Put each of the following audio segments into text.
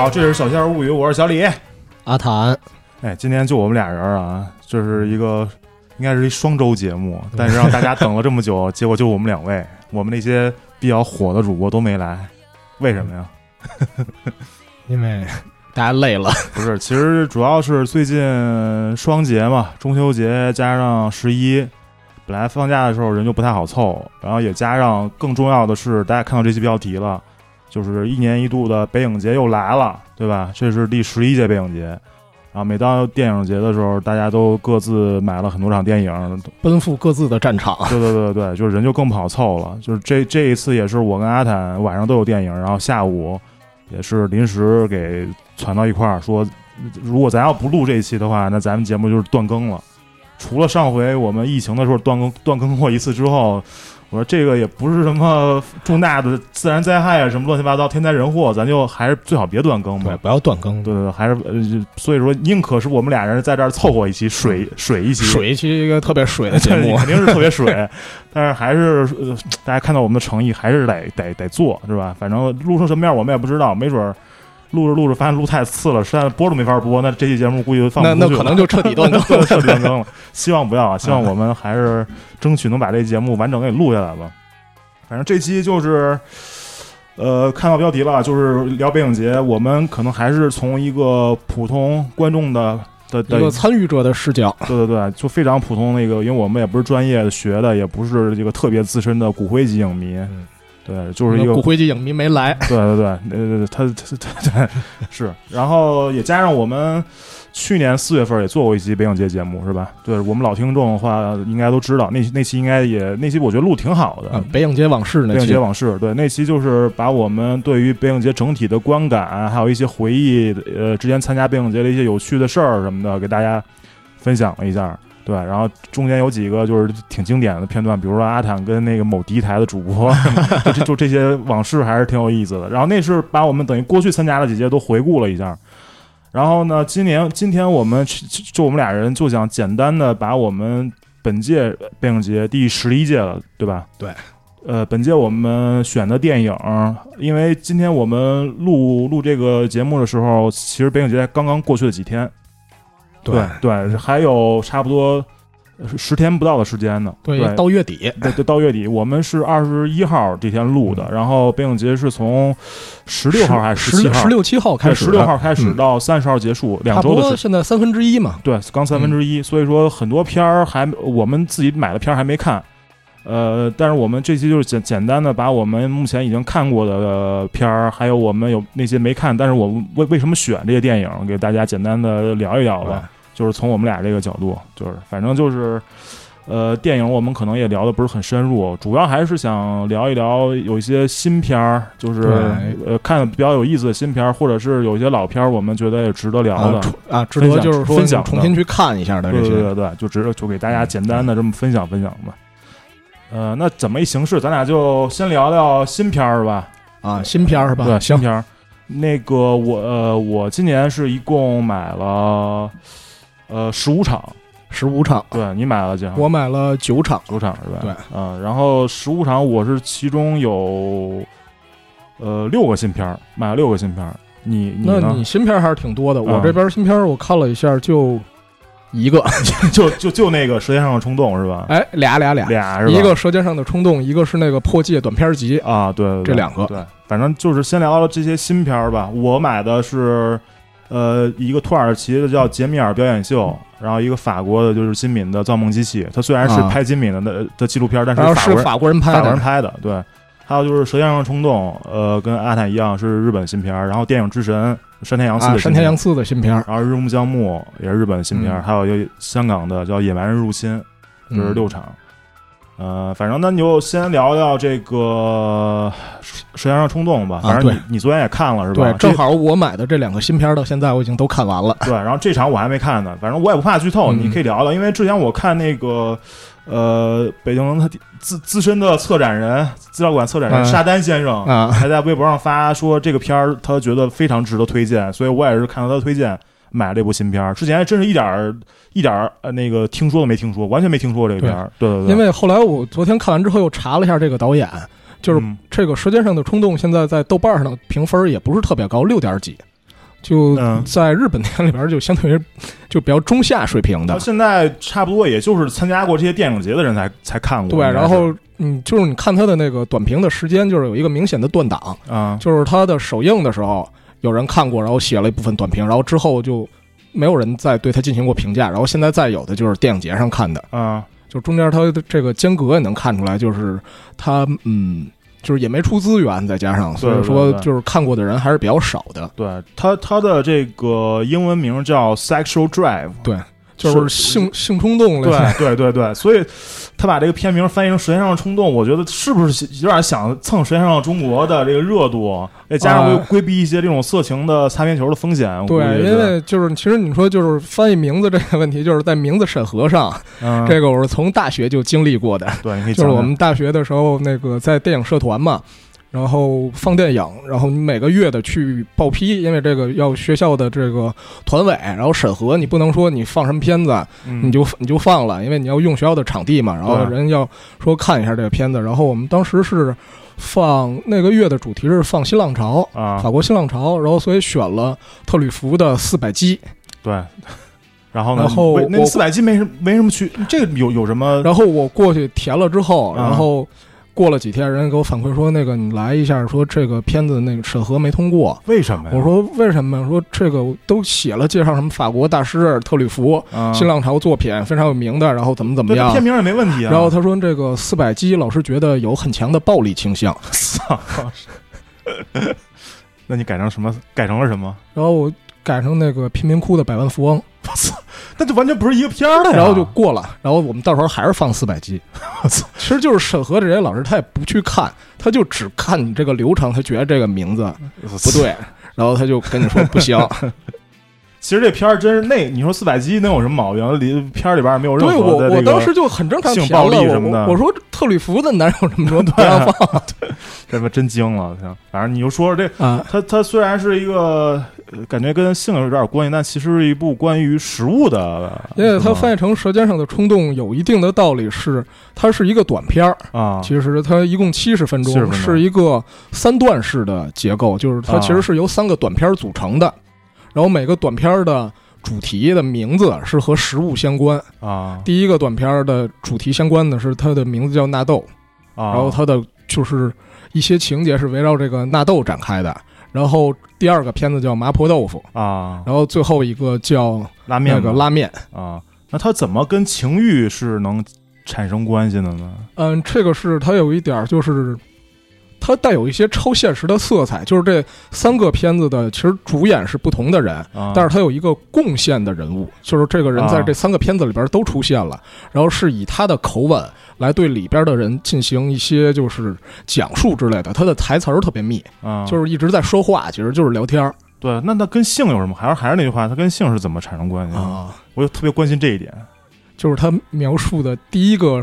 好，这是小仙儿物语，我是小李， 阿谭。 哎，今天就我们俩人啊，这是一个应该是一双周节目，但是让大家等了这么久，结果就我们两位，我们那些比较火的主播都没来，为什么呀？ 因为大家累了。 不是，其实主要是最近双节嘛，中秋节加上11，本来放假的时候人就不太好凑，然后也加上更重要的是，大家看到这期标题了，就是一年一度的北影节又来了，对吧？这是第11届北影节。然后每到电影节的时候，大家都各自买了很多场电影， 奔赴各自的战场。 对，就是人就更不好凑了。就是这一次也是我跟阿坦晚上都有电影，然后下午也是临时给传到一块儿，说如果咱要不录这一期的话，那咱们节目就是断更了。除了上回我们疫情的时候断更过一次之后，我说这个也不是什么重大的自然灾害啊，什么乱七八糟天灾人祸，咱就还是最好别断更吧。 对，不要断更。 对，还是所以说宁可是我们俩人在这儿凑合一期水一期， 一个特别水的节目， 肯定是特别水，但是还是大家看到我们的诚意，还是得做，是吧？反正录成什么样我们也不知道，没准录着发现录太次了，实在播都没法播，那这期节目估计就放不出去了， 那可能就彻底断更了，彻底断更了。希望不要啊，希望我们还是争取能把这节目完整给录下来吧。反正这期就是看到标题了，就是聊北影节，我们可能还是从一个普通观众的一个参与者的视角。 对，就非常普通那个，因为我们也不是专业的学的，也不是这个特别资深的骨灰级影迷。对，就是一个骨灰级影迷没来。 对，他是，然后也加上我们去年4月份也做过一期北影节节目，是吧？对，我们老听众的话应该都知道，那期应该那期我觉得录挺好的。 北影节往事那期。 北影节往事，对，那期就是把我们对于北影节整体的观感，还有一些回忆，之前参加北影节的一些有趣的事儿什么的，给大家分享了一下。对，然后中间有几个就是挺经典的片段，比如说阿坦跟那个某敌台的主播，就这些往事还是挺有意思的。然后那是把我们等于过去参加的几届都回顾了一下。然后呢，今天我们就我们俩人就想简单的把我们本届北影节第11届了，对吧？ 对。 本届我们选的电影，因为今天我们录这个节目的时候，其实北影节刚刚过去了几天。对，还有差不多10天不到的时间呢。 对，到月底。 对，到月底，我们是21号这天录的，然后北影节是从16号还是17号 ？16、7号开始 ，16号开始到30号结束，2周的时间。 现在1/3嘛。 对，刚1/3，所以说很多片儿我们自己买的片儿还没看。但是我们这期就是简单的把我们目前已经看过的片儿，还有我们有那些没看，但是我们为什么选这些电影，给大家简单的聊一聊吧。就是从我们俩这个角度，就是反正就是电影我们可能也聊的不是很深入，主要还是想聊一聊有一些新片儿，就是看比较有意思的新片儿，或者是有一些老片儿，我们觉得也值得聊的值得就是说分享重新去看一下的这些。 对，就值得就给大家简单的这么分享吧。那怎么一形式，咱俩就先聊聊新片儿吧。 新片儿是吧？ 对，新片儿。那个我今年是一共买了15场。 15场。 对，你买了几场？ 我买了9场。 9场是吧？ 对。 然后15场我是其中有6个新片儿，买了6个新片儿。你呢？ 那你新片还是挺多的。我这边新片我看了一下，就一个， 就那个《舌尖上的冲动》是吧？ 哎，俩是吧？ 一个《舌尖上的冲动》，一个是那个《破戒》短片集啊。对， 这2个。 对，反正就是先聊聊这些新片吧。我买的是一个土耳其的叫杰米尔表演秀，然后一个法国的就是金敏的《造梦机器》。它虽然是拍金敏的纪录片，但是法国人拍的。 对。还有就是《舌尖上的冲动》，跟阿坦一样是日本新片，然后《电影之神》山田洋次的新片， 然后《日暮江木》也是日本的新片，还有一个香港的叫《野蛮人入侵》，这是6场。反正那你就先聊聊这个《舌尖上的冲动》吧。反正你昨天也看了是吧？ 对，正好我买的这2个新片到现在我已经都看完了。 对，然后这场我还没看呢，反正我也不怕剧透，你可以聊聊，因为之前我看那个。北京他资深的策展人、资料馆策展人沙丹先生还在微博上发说这个片儿他觉得非常值得推荐，所以我也是看到他的推荐买了这部新片儿。之前还真是一点那个听说都没听说，完全没听说过这个片儿。对， 因为后来我昨天看完之后又查了一下这个导演，就是这个《舌尖上的冲动》现在在豆瓣上的评分也不是特别高，6点几。 就在日本电影里边就相对于就比较中下水平的。 现在差不多也就是参加过这些电影节的人才看过。 对，然后就是你看他的那个短评的时间，就是有一个明显的断档就是他的首映的时候有人看过，然后写了一部分短评，然后之后就没有人再对他进行过评价，然后现在再有的就是电影节上看的就中间他的这个间隔也能看出来，就是他就是也没出资源，再加上所以说就是看过的人还是比较少的。 对，他的这个英文名叫 Sexual Drive， 对，就是性冲动类。 对，所以他把这个片名翻译成《舌尖上的冲动》，我觉得是不是有点想蹭《舌尖上的中国》的这个热度，再加上规避一些这种色情的擦边球的风险。 对，因为就是其实你说就是翻译名字这个问题，就是在名字审核上，这个我是从大学就经历过的。 对，你可以就是我们大学的时候那个在电影社团嘛。然后放电影，然后你每个月的去报批，因为这个要学校的这个团委，然后审核，你不能说你放什么片子，你就放了，因为你要用学校的场地嘛，然后人要说看一下这个片子。然后我们当时是放那个月的主题是放新浪潮法国新浪潮，然后所以选了特吕弗的400击。 对。然后呢？那400击没什么去，这个有什么？ 然后我过去填了之后，然后。过了几天，人给我反馈说，那个你来一下，说这个片子那个审核没通过。 为什么呀？ 我说为什么？说这个都写了介绍什么法国大师特吕弗新浪潮作品非常有名的，然后怎么样？ 片名也没问题啊。 然后他说这个400击老师觉得有很强的暴力倾向。 那你改成什么？改成了什么？ 然后我改成那个贫民窟的百万富翁。 我操！那就完全不是一个片儿了呀。 然后就过了，然后我们到时候还是放400击。其实就是审核这些老师他也不去看，他就只看你这个流程，他觉得这个名字不对，然后他就跟你说不行。 其实这片儿真是你说400击能有什么毛病？片儿里边也没有任何的我当时就很正常性暴力什么的。 我说特吕弗的哪有这么多不让放？ 对，这他真惊了。反正你就说这他虽然是一个感觉跟性有点关系，但其实是一部关于食物的。 因为它翻译成《舌尖上的冲动》有一定的道理，是它是一个短片其实它一共70分钟，是一个3段式的结构，就是它其实是由3个短片组成的。然后每个短片的主题的名字是和食物相关第一个短片的主题相关的是它的名字叫纳豆然后它的就是一些情节是围绕这个纳豆展开的。然后第二个片子叫麻婆豆腐然后最后一个叫拉面那它怎么跟情欲是能产生关系的呢？ 这个是它有一点就是它带有一些超现实的色彩，就是这3个片子的其实主演是不同的人但是它有一个共线的人物，就是这个人在这3个片子里边都出现了然后是以他的口吻来对里边的人进行一些就是讲述之类的，他的台词特别密就是一直在说话，其实就是聊天。 对，那跟性有什么？还是那句话，它跟性是怎么产生关系我就特别关心这一点。 就是他描述的第一个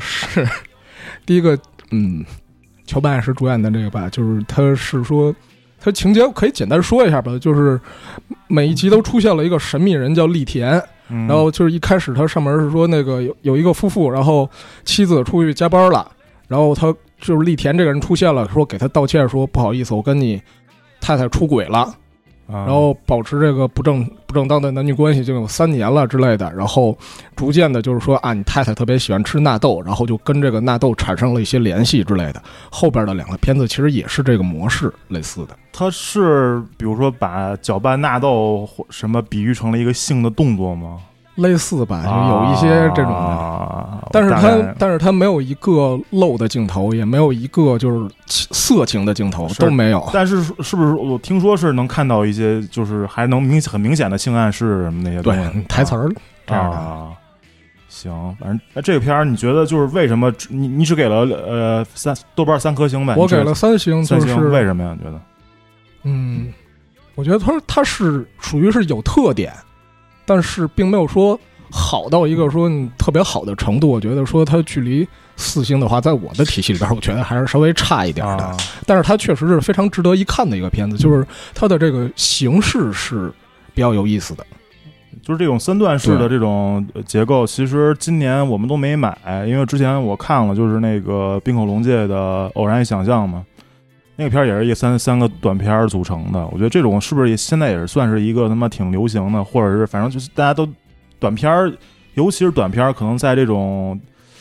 乔巴是主演的这个吧，就是他是说他情节可以简单说一下吧，就是每一集都出现了一个神秘人叫利田然后就是一开始他上门是说那个有一个夫妇，然后妻子出去加班了，然后他就是利田这个人出现了，说给他道歉，说不好意思我跟你太太出轨了然后保持这个不正当的男女关系就有3年了之类的，然后逐渐的就是说你太太特别喜欢吃纳豆，然后就跟这个纳豆产生了一些联系之类的。后边的2个片子其实也是这个模式类似的。 它是比如说把搅拌纳豆什么比喻成了一个性的动作吗？ 类似吧，就有一些这种的但是它没有一个露的镜头，也没有一个就是色情的镜头都没有。 但是是不是我听说是能看到一些就是还能很明显的性暗示什么那些东西？ 对，台词这样的行，反正这个片儿你觉得就是为什么你只给了豆瓣3颗星呗？ 我给了3星，就是为什么呀？你觉得？ 我觉得它是属于是有特点。但是并没有说好到一个说你特别好的程度，我觉得说它距离4星的话，在我的体系里边，我觉得还是稍微差一点的。但是它确实是非常值得一看的一个片子，就是它的这个形式是比较有意思的。 就是这种3段式的这种结构，其实今年我们都没买，因为之前我看了就是那个滨口龙介的《偶然与想象》嘛。 那个片儿也是一个三个短片组成的。我觉得这种是不是也现在也是算是一个他妈挺流行的，或者是反正就是大家都短片儿，尤其是短片儿，可能在这种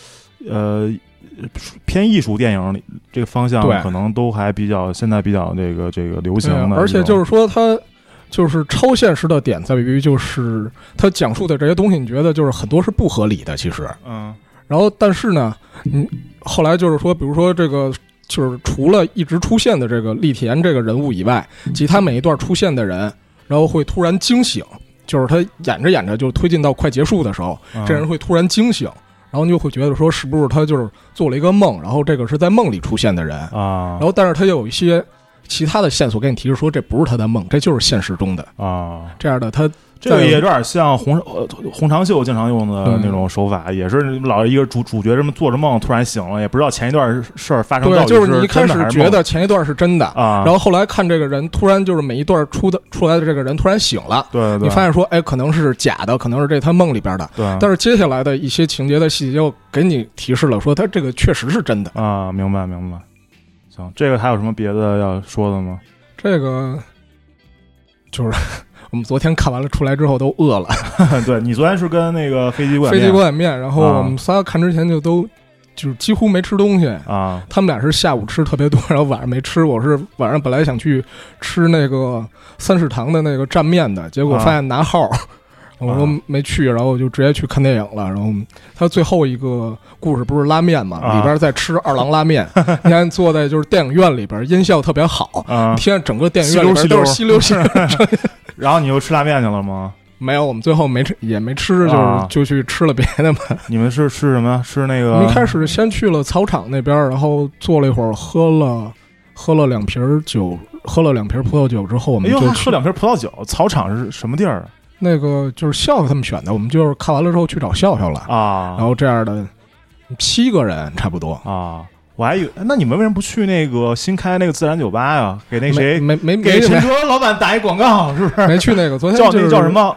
偏艺术电影里这个方向，可能都还比较现在比较这个流行的。 而且就是说它。就是超现实的点在于，就是他讲述的这些东西，你觉得就是很多是不合理的，其实，然后但是呢，后来就是说，比如说这个，就是除了一直出现的这个栗田这个人物以外，其他每一段出现的人，然后会突然惊醒，就是他演着演着就推进到快结束的时候，这人会突然惊醒，然后你就会觉得说，是不是他就是做了一个梦，然后这个是在梦里出现的人啊，然后但是他有一些。其他的线索给你提示说这不是他的梦，这就是现实中的啊。这样的他这个也有点像洪长秀经常用的那种手法，也是老一个主角这么做着梦突然醒了，也不知道前一段事儿发生到底是真的还是梦。对，就是你一开始觉得前一段是真的啊，然后后来看这个人突然就是每一段出来的这个人突然醒了， 对， 你发现说哎可能是假的，可能是这他梦里边的， 对。 但是接下来的一些情节的细节又给你提示了，说他这个确实是真的啊。明白。行，这个还有什么别的要说的吗？ 这个就是我们昨天看完了出来之后都饿了。 对，你昨天是跟那个飞机锅碗面，然后我们仨看之前就是几乎没吃东西啊。他们俩是下午吃特别多，然后晚上没吃。我是晚上本来想去吃那个三食堂的那个蘸面的，结果发现拿号。我说没去，然后我就直接去看电影了。然后他最后一个故事不是拉面嘛，里边在吃二郎拉面。你看坐在就是电影院里边，音效特别好，你听见整个电影院里边都是吸溜声。 然后你又吃拉面去了吗？ 没有，我们最后也没吃，就去吃了别的嘛。 你们是吃什么？吃那个？ 我们一开始先去了草场那边，然后坐了一会儿，喝了两瓶酒，喝了2瓶葡萄酒之后，我们就喝2瓶葡萄酒。草场是什么地儿啊？ 那个就是笑笑他们选的，我们就是看完了之后去找笑笑了啊。然后这样的7个人差不多啊。 我还以为那你们为什么不去那个新开那个自然酒吧呀？给那谁没给陈哲老板打一广告，是不是？ 没去那个，昨天叫什么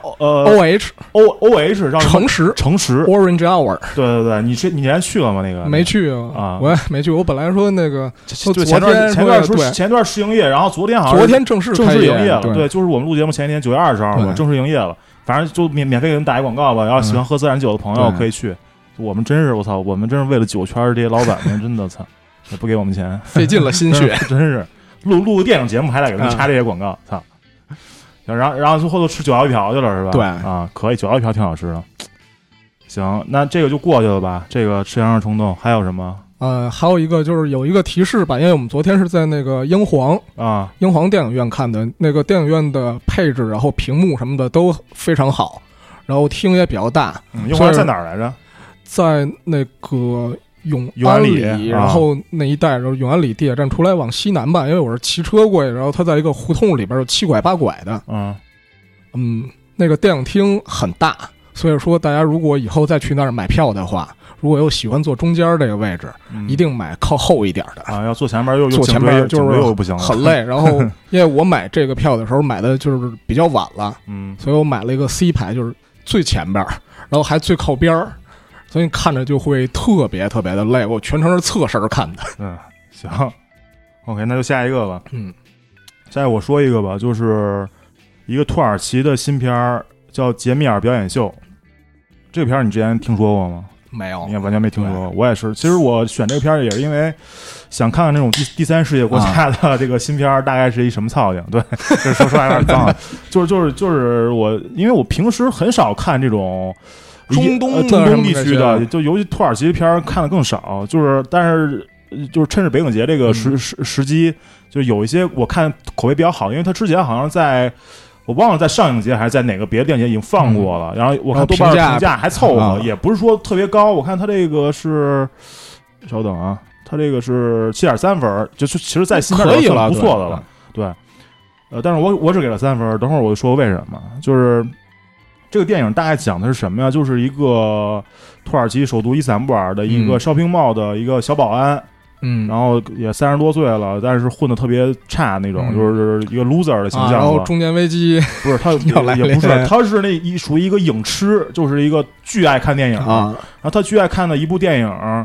OH 诚实 Orange Hour。 对，你之前去了吗？那个没去啊，我也没去。我本来说那个前段试营业，然后昨天正式营业了。对，就是我们录节目前一天9月20号嘛，正式营业了。反正就免费给人打一广告吧。然后喜欢喝自然酒的朋友可以去。我们真是我操，我们真是为了酒圈这些老板们，真的操，也不给我们钱， 费尽了心血， 真是录个电影节目还得给他们插这些广告，操！然后最后都吃9号一瓢去了是吧？ 对啊，可以，9号一瓢挺好吃的。行，那这个就过去了吧？这个吃羊肉冲动还有什么？ 还有一个就是有一个提示吧，因为我们昨天是在那个英皇电影院看的，那个电影院的配置，然后屏幕什么的都非常好，然后厅也比较大。 英皇在哪儿来着？ 在那个永安里，然后那一带，然后永安里地铁站出来往西南吧，因为我是骑车过去，然后它在一个胡同里边有7拐8拐的，那个电影厅很大，所以说大家如果以后再去那儿买票的话，如果有喜欢坐中间这个位置，一定买靠后一点的啊，要坐前面又坐前面就是又不行了， 很累。然后因为我买这个票的时候买的就是比较晚了，所以我买了一个 C 排，就是最前边，然后还最靠边儿。所以看着就会特别特别的累，我全程是侧身看的。 行 ，OK， 那就下一个吧。下一个我说一个吧，就是一个土耳其的新片儿，叫《杰米尔表演秀》。这个片儿你之前听说过吗？ 没有， 你也完全没听说过。我也是，其实我选这个片儿也是因为想看看那种第三世界国家的这个新片儿大概是一什么操性。对，这说来有点脏，就是我，因为我平时很少看这种。 中东地区的，就尤其土耳其片看的更少，但是趁着北影节这个时机，就有一些我看口碑比较好，因为他之前好像我忘了在上影节还是在哪个别的电影节已经放过了，然后我看豆瓣评价还凑合，也不是说特别高，我看他这个是，稍等啊，他这个是7.3分，就是其实在新片里算不错的了，对，但是我只给了3分，等会儿我就说为什么，就是。这个电影大概讲的是什么呀？就是一个土耳其首都伊斯坦布尔的一个 shopping mall 的一个小保安，然后也30多岁了，但是混得特别差那种，就是一个 loser 的形象。 然后中年危机不是他也不是，他是属于一个影痴，就是一个巨爱看电影然后他巨爱看的一部电影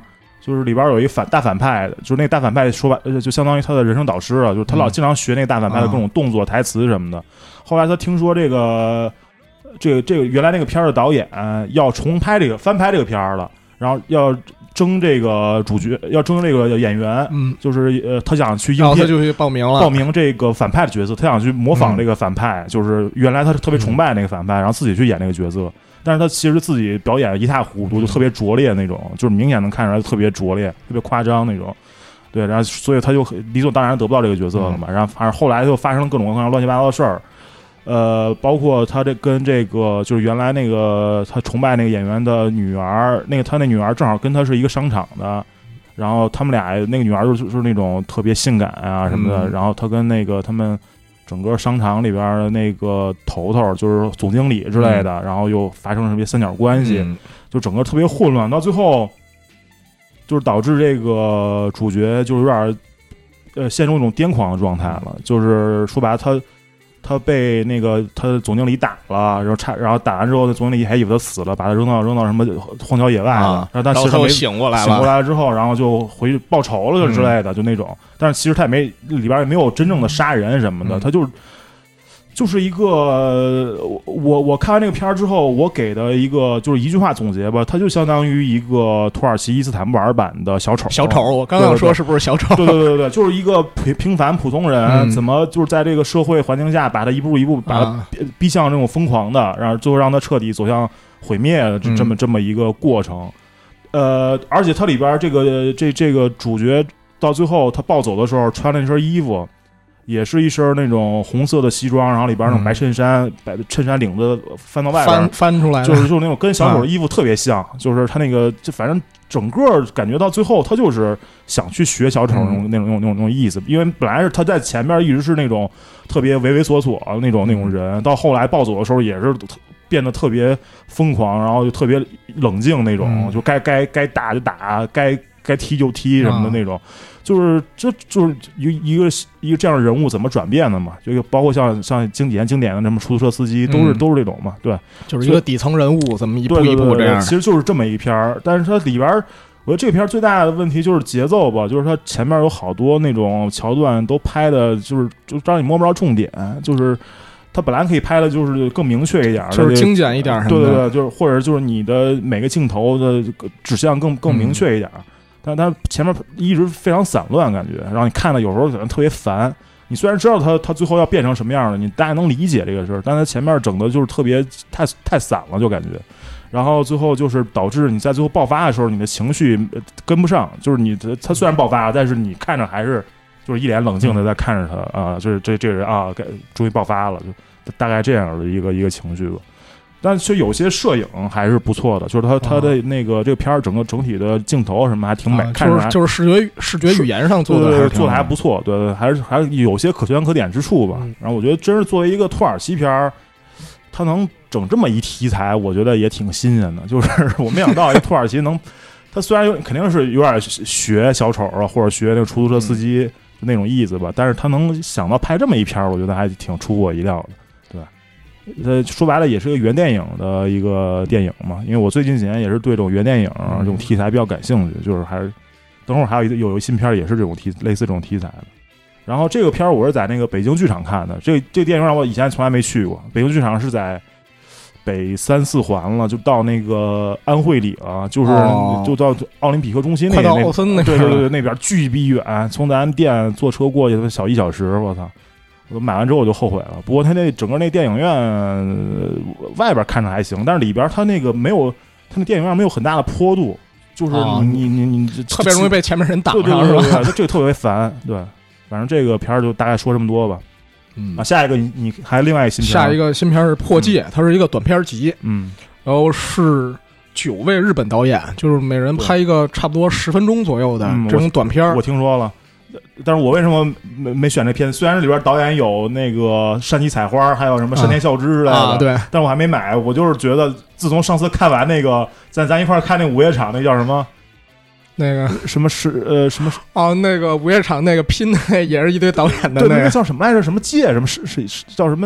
就是里边有一个大反派，就是那大反派说白就相当于他的人生导师了，就是他老经常学那个大反派的各种动作、台词什么的。后来他听说这个原来那个片的导演要重拍翻拍这个片了，然后要争这个主角，要争这个演员，就是他想去应聘， 他就去报名这个反派的角色，他想去模仿这个反派，就是原来他特别崇拜那个反派，然后自己去演那个角色。但是他其实自己表演一塌糊涂，就特别拙劣那种，就是明显能看出来特别拙劣、特别夸张那种。对，然后所以他就理所当然得不到这个角色了嘛。然后反正后来就发生了各种各样乱七八糟的事儿，包括他跟这个就是原来那个他崇拜那个演员的女儿，他那女儿正好跟他是一个商场的，然后他们俩那个女儿就是那种特别性感啊什么的，然后他跟那个他们。整个商场里边的那个头就是总经理之类的，然后又发生什么三角关系，就整个特别混乱，到最后就是导致这个主角就有点陷入一种癫狂的状态了，就是说白了他被那个他的总经理打了，然后打完之后，那总经理还以为他死了，把他扔到什么荒郊野外了，然后但其实他醒过来了之后，然后就回去报仇了之类的，就那种。但是其实他里边也没有真正的杀人什么的，他就是一个我看完这个片儿之后，我给的一个就是一句话总结吧，它就相当于一个土耳其伊斯坦布尔版的小丑。 我刚刚说是不是小丑？ 对，就是一个平凡普通人，怎么就是在这个社会环境下，把他一步一步把他逼向这种疯狂的，然后最后让他彻底走向毁灭的这么一个过程。而且它里边这个主角到最后他暴走的时候穿了那身衣服。也是一身那种红色的西装，然后里边那种白衬衫，白衬衫领子翻到外边翻出来， 就是那种跟小丑的衣服特别像，就是他那个就反正整个感觉到最后他就是想去学小丑那种意思，因为本来是他在前面一直是那种特别畏畏缩缩那种人，到后来暴走的时候也是变得特别疯狂，然后就特别冷静那种，就该打就打，该踢就踢什么的那种。就是一个这样的人物怎么转变的嘛？就包括像经典的什么出租车司机，都是这种嘛，对， 就是一个底层人物怎么一步一步这样。 其实就是这么一篇儿，但是它里边我觉得这个片儿最大的问题就是节奏吧，就是它前面有好多那种桥段都拍的，就让你摸不着重点，就是它本来可以拍的就是更明确一点， 就是精简一点， 对，就是或者就是你的每个镜头的指向更明确一点。但它前面一直非常散乱，感觉让你看的有时候可能特别烦。你虽然知道它最后要变成什么样的，你大概能理解这个事儿，但它前面整的就是特别太散了，就感觉。然后最后就是导致你在最后爆发的时候，你的情绪跟不上，就是它虽然爆发了，但是你看着还是就是一脸冷静的在看着他啊，就是这个人啊，终于爆发了，就大概这样的一个情绪吧。但是有些摄影还是不错的，就是它的那个这个片儿整体的镜头什么还挺美，看着就是视觉语言上做的还不错，对，还是有些可圈可点之处吧。然后我觉得真是作为一个土耳其片儿，它能整这么一题材，我觉得也挺新鲜的。就是我没想到一土耳其能，它虽然肯定是有点学小丑啊，或者学那个出租车司机那种意思吧，但是他能想到拍这么一片儿，我觉得还挺出乎我意料的。说白了也是个原电影的一个电影嘛，因为我最近几年也是对这种原电影这种题材比较感兴趣，就是还是等会儿还有一新片也是这种类似这种题材的。然后这个片我是在那个北京剧场看的，这电影院我以前从来没去过，北京剧场是在北3、4环了，就到那个安徽里了，就到奥林匹克中心那快到奥森那对，那边巨逼远，从咱店坐车过去小1小时，我操！我买完之后我就后悔了。不过他那整个那电影院外边看着还行，但是里边他那个没有，他那电影院没有很大的坡度，就是你特别容易被前面人挡上， 是吧？这个特别烦。对，反正这个片儿就大概说这么多吧。下一个你还另外一新片， 下一个新片是《破戒》，它是一个短片集，然后是9位日本导演，就是每人拍一个差不多10分钟左右的这种短片。 我听说了。但是我为什么没选这片？虽然里边导演有那个山崎彩花，还有什么山田孝之之类的， 对， 但是我还没买。我就是觉得，自从上次看完那个，咱一块看那午夜场，那叫什么？ 那个什么什么哦，那个午夜场那个拼的也是一堆导演的， 那个叫什么来着？什么界？什么是叫什么？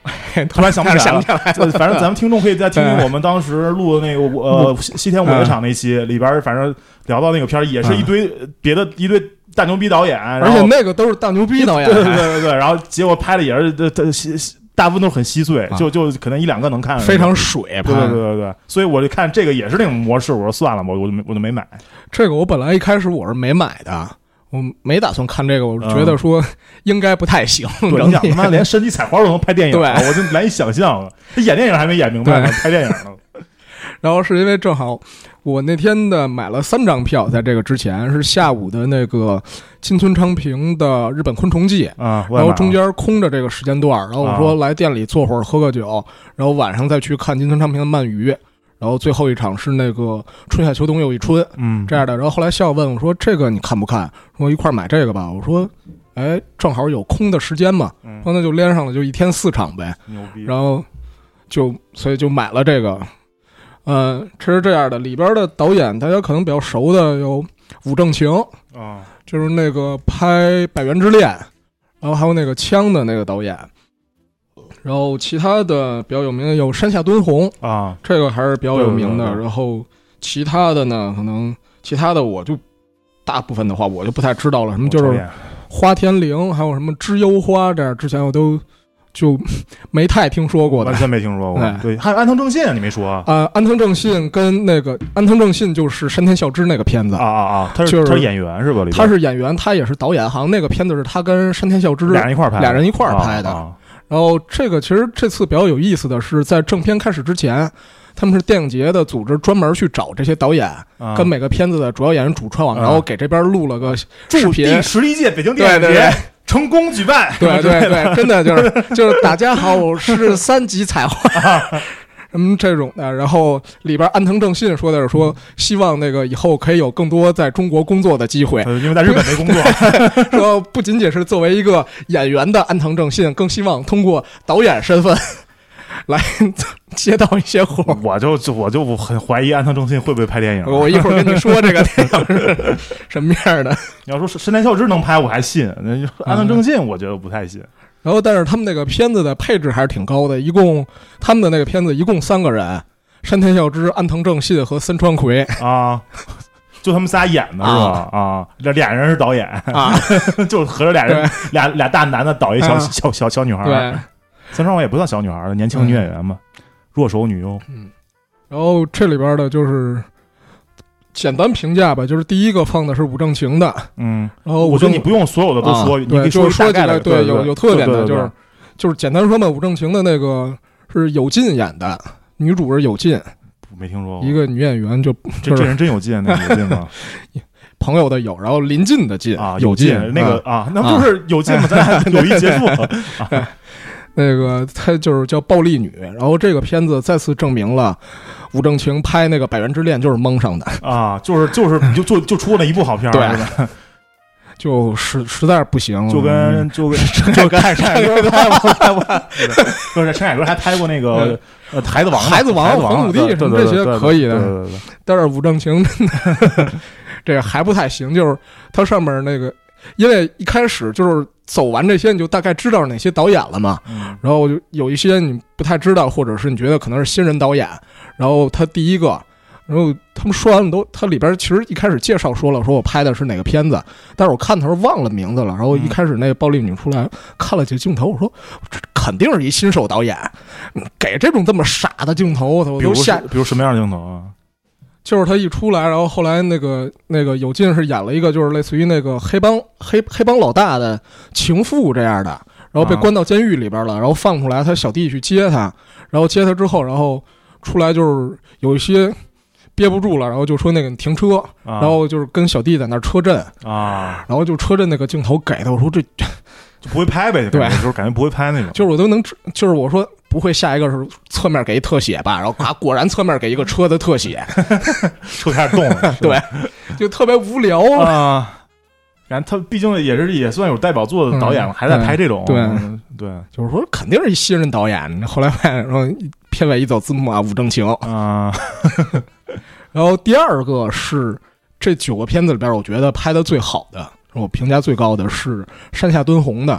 突然想不起来了。反正咱们听众可以再听听我们当时录的那个西天五乐场那期里边，反正聊到那个片儿，也是一堆一堆大牛逼导演， 而且那个都是大牛逼导演， 对，然后结果拍的也是大部分都是很稀碎，就可能1-2个能看， 非常水。 对，所以我就看这个也是那种模式，我说算了，我就没买。 这个我本来一开始我是没买的，我没打算看这个，我觉得说应该不太行。 对，你想他妈连神奇彩花都能拍电影，我就难以想象了。他演电影还没演明白呢，拍电影呢。 然后是因为正好我那天的买了3张票，在这个之前是下午的那个金村昌平的日本昆虫记啊， 然后中间空着这个时间段，然后我说来店里坐会儿喝个酒，然后晚上再去看金村昌平的鳗鱼，然后最后一场是那个春夏秋冬又一春，这样的。然后后来笑问我说这个你看不看？说一块买这个吧。我说哎，正好有空的时间嘛，说那就连上了，就1天4场呗。 牛逼。 然后所以就买了这个。这是这样的，里边的导演大家可能比较熟的有武正晴啊， 就是那个拍《百元之恋》，然后还有那个枪的那个导演，然后其他的比较有名的有山下敦弘啊， 这个还是比较有名的。然后其他的呢，可能其他的我就大部分的话我就不太知道了，什么就是花田陵，还有什么知幽花，这样之前我都就没太听说过的， 完全没听说过。对，还有安藤正信，你没说啊？安藤正信跟那个安藤正信就是山田孝之那个片子他是演员是吧？ 他是演员，他也是导演，好像那个片子是他跟山田孝之俩人一块拍的。然后这个其实这次比较有意思的是，在正片开始之前，他们是电影节的组织专门去找这些导演，跟每个片子的主要演员主创，然后给这边录了个视频。 第11届北京电影节成功举办， 对，真的就是大家好，我是3级彩花什么这种的。然后里边安藤正信说的是说，希望那个以后可以有更多在中国工作的机会， 因为在日本没工作。 说不仅仅是作为一个演员的安藤正信，更希望通过导演身份来接到一些活。 我就很怀疑安藤正信会不会拍电影。 我一会儿跟你说这个电影是什么样的。 你要说山田孝之能拍我还信，安藤正信我觉得不太信。 然后但是他们那个片子的配置还是挺高的，他们的那个片子一共3个人，山田孝之、安藤正信和森川葵啊。就他们仨演的是吧？这俩人是导演啊，就合着俩人俩大男的导一小女孩。 对， 森川葵也不算小女孩了，年轻女演员嘛，弱手女优。 然后这里边的就是简单评价吧，就是第一个放的是武正晴的， 然后我觉得你不用所有的都说，你可以说大概的， 对，有特点的，就是简单说嘛，武正晴的那个是有劲演的，女主是有劲。 没听说过一个女演员这人真有劲，那有劲吗？ 朋友的有，然后临近的近啊， 有劲那个那不是有劲吗？咱俩友谊结束。 那个她就是叫暴力女，然后这个片子再次证明了武正晴拍那个《百元之恋》就是蒙上的啊，就是就出了一部好片， 对。就实在是不行， 就跟陈凯歌拍过，不是陈凯歌还拍过那个孩子王黄土地什么这些可以的，但是武正晴真的这个还不太行，就是它上面那个，因为一开始就是走完这些你就大概知道哪些导演了嘛，然后就有一些你不太知道，或者是你觉得可能是新人导演，然后他第一个。然后他们说完都，他里边其实一开始介绍说了，说我拍的是哪个片子，但是我看的时候忘了名字了。然后一开始那个暴力女出来看了几个镜头，我说这肯定是一新手导演，给这种这么傻的镜头，我都吓。 比如什么样的镜头啊？ 就是他一出来，然后后来那个有劲是演了一个就是类似于那个黑帮老大的情妇这样的，然后被关到监狱里边了，然后放出来，他小弟去接他，然后接他之后，然后出来就是有一些。憋不住了，然后就说那个你停车，然后就是跟小弟在那车震然后就车震那个镜头给的，我说这就不会拍呗， 对， 就是感觉不会拍那种， 就是我都能，就是我说不会下一个是侧面给一特写吧，然后果然侧面给一个车的特写， 车开始动了， 对，就特别无聊啊。然后他毕竟也算有代表作的导演了，还在拍这种，对， 就是说肯定是一新人导演。后来然后片尾一走字幕武正晴啊。 然后第二个是这9个片子里边，我觉得拍的最好的，我评价最高的是山下敦弘的，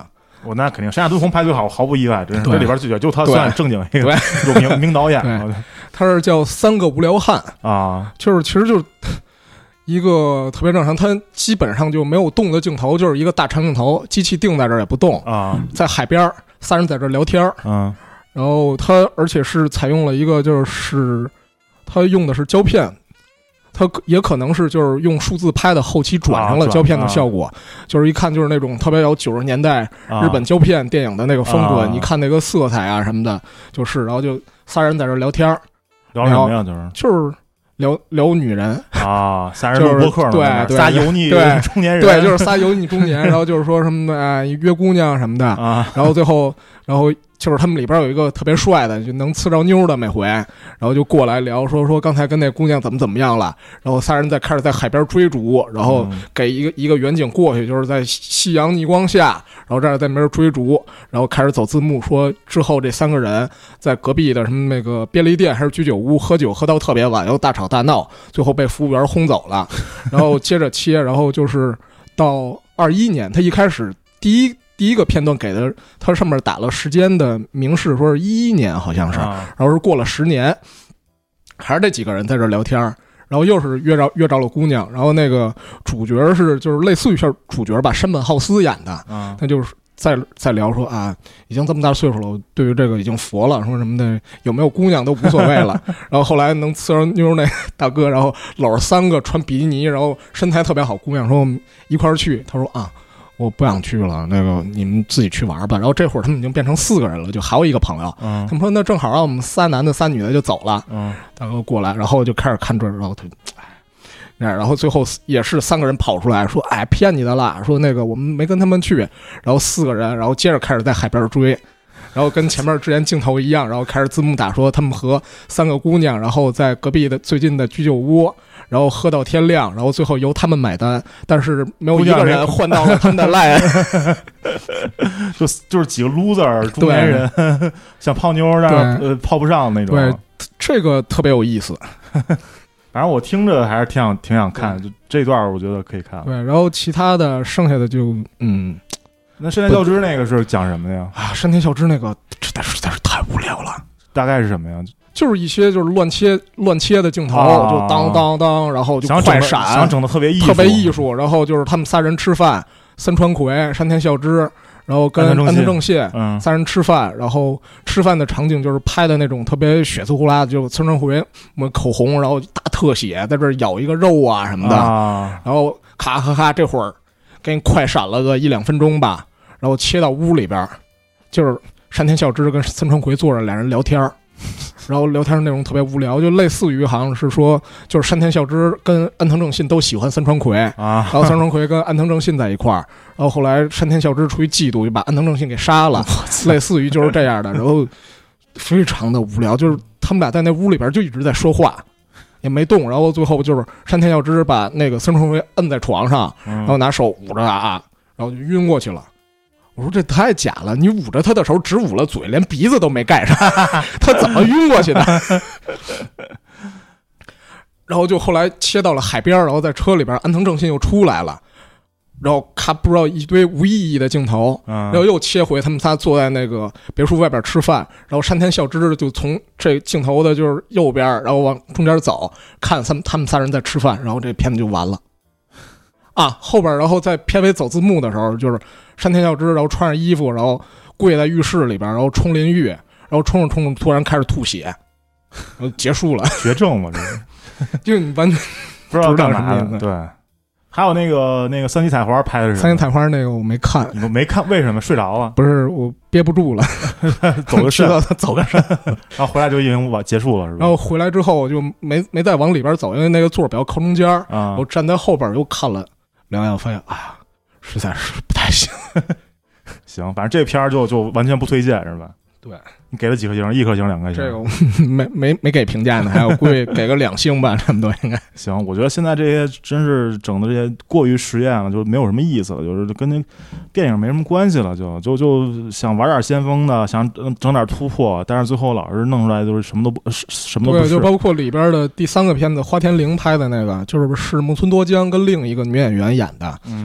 我那肯定山下敦弘拍最好，毫不意外，真是这里边就他算正经一个有名导演。 他是叫三个无聊汉啊， 就是其实就是一个特别正常，他基本上就没有动的镜头，就是一个大长镜头，机器定在这儿也不动啊， 在海边仨人在这儿聊天，然后他而且是采用了一个就是他用的是胶片。它也可能是就是用数字拍的，后期转成了胶片的效果，就是一看就是那种特别有90年代日本胶片电影的那个风格，你看那个色彩啊什么的，就是然后就仨人在这聊天， 聊什么呀？ 就是聊女人啊，仨人录播客呢， 对， 仨油腻中年人， 对，就是仨油腻中年，然后就是说什么约姑娘什么的啊， 然后最后就是他们里边有一个特别帅的，就能呲着妞的每回，然后就过来聊说刚才跟那姑娘怎么样了，然后仨人开始在海边追逐，然后给一个远景过去，就是在夕阳逆光下，然后这儿在那边追逐，然后开始走字幕，说之后这3个人在隔壁的什么那个便利店还是居酒屋喝酒喝到特别晚，又大吵大闹，最后被服务员轰走了，然后接着切，然后就是到21年，他一开始第一个片段给的，它上面打了时间的明示，说是11年好像是，然后是过了10年，还是这几个人在这聊天，然后又是约着了姑娘，然后那个主角是就是类似于是主角吧，山本浩司演的，他就是在聊说啊，已经这么大岁数了，我对于这个已经佛了，说什么的有没有姑娘都无所谓了。然后后来能呲着妞那大哥，然后搂着3个穿比基尼，然后身材特别好姑娘，说我们一块儿去，他说啊。我不想去了，那个你们自己去玩吧。然后这会儿他们已经变成4个人了，就还有一个朋友。他们说那正好让我们3男的3女的就走了。大哥过来，然后就开始看这，然后他，然后最后也是3个人跑出来说，哎，骗你的啦，说那个我们没跟他们去。然后4个人，然后接着开始在海边追。然后跟前面之前镜头一样，然后开始字幕打说他们和3个姑娘，然后在隔壁的最近的居酒屋。然后喝到天亮，然后最后由他们买单，但是没有一个人换到了他们的赖， 就是几个 loser 中年人想泡妞，但是泡不上那种。 对，这个特别有意思。 反正我听着还是挺想看，就这段我觉得可以看。 对，然后其他的剩下的就那山田孝之那个是讲什么的呀？ 啊，山田孝之那个实在是太无聊了。 大概是什么呀？ 就是一些就是乱切的镜头，就当当当，然后就快闪， 想整的特别艺术。然后就是他们仨人吃饭，三川葵、山田孝之，然后跟安藤正信仨人吃饭，然后吃饭的场景就是拍的那种特别血丝呼啦的，就三川葵口红，然后大特写在这咬一个肉啊什么的，然后咔咔咔，这会儿给你快闪了个1-2分钟吧，然后切到屋里边，就是山田孝之跟三川葵坐着，俩人聊天。然后聊天内容特别无聊，就类似于好像是说，就是山田孝之跟安藤正信都喜欢三川葵然后三川葵跟安藤正信在一块儿，然后后来山田孝之出于嫉妒就把安藤正信给杀了，类似于就是这样的，然后非常的无聊，就是他们俩在那屋里边就一直在说话，也没动，然后最后就是山田孝之把那个三川葵摁在床上，然后拿手捂着然后就晕过去了。我说这太假了，你捂着他的时候只捂了嘴，连鼻子都没盖上，他怎么晕过去的？然后就后来切到了海边，然后在车里边，安藤正信又出来了，然后咔不知道一堆无意义的镜头，然后又切回他们仨坐在那个别墅外边吃饭，然后山田孝之就从这镜头的就是右边，然后往中间走，看他们仨人在吃饭，然后这片子就完了。后边然后在片尾走字幕的时候，就是山田孝之然后穿上衣服，然后跪在浴室里边，然后冲淋浴，然后冲着突然开始吐血，然后结束了。 绝症嘛，这是就你完全不知道干嘛的。对，还有那个三级采花拍的是三级采花那个我没看， 你没看为什么睡着了？ 不是我憋不住了， 走个肾， 走个肾， 然后回来就已经结束了，是吧？ 然后回来之后我就没再往里边走，因为那个座比较靠中间我站在后边又看了2眼，发现实在是不太行。 行，反正这片儿就完全不推荐，是吧？ 对， 你给了几颗星？1颗星、2颗星？ 这个没给评价呢，还有估计给个2星吧，差不多应该。 行，我觉得现在这些真是整的这些过于实验了，就没有什么意思了，就是跟那电影没什么关系了，就想玩点先锋的，想整点突破，但是最后老是弄出来就是什么都不是。 对，就包括里边的第3个片子，花田玲拍的那个，就是木村多江跟另一个女演员演的。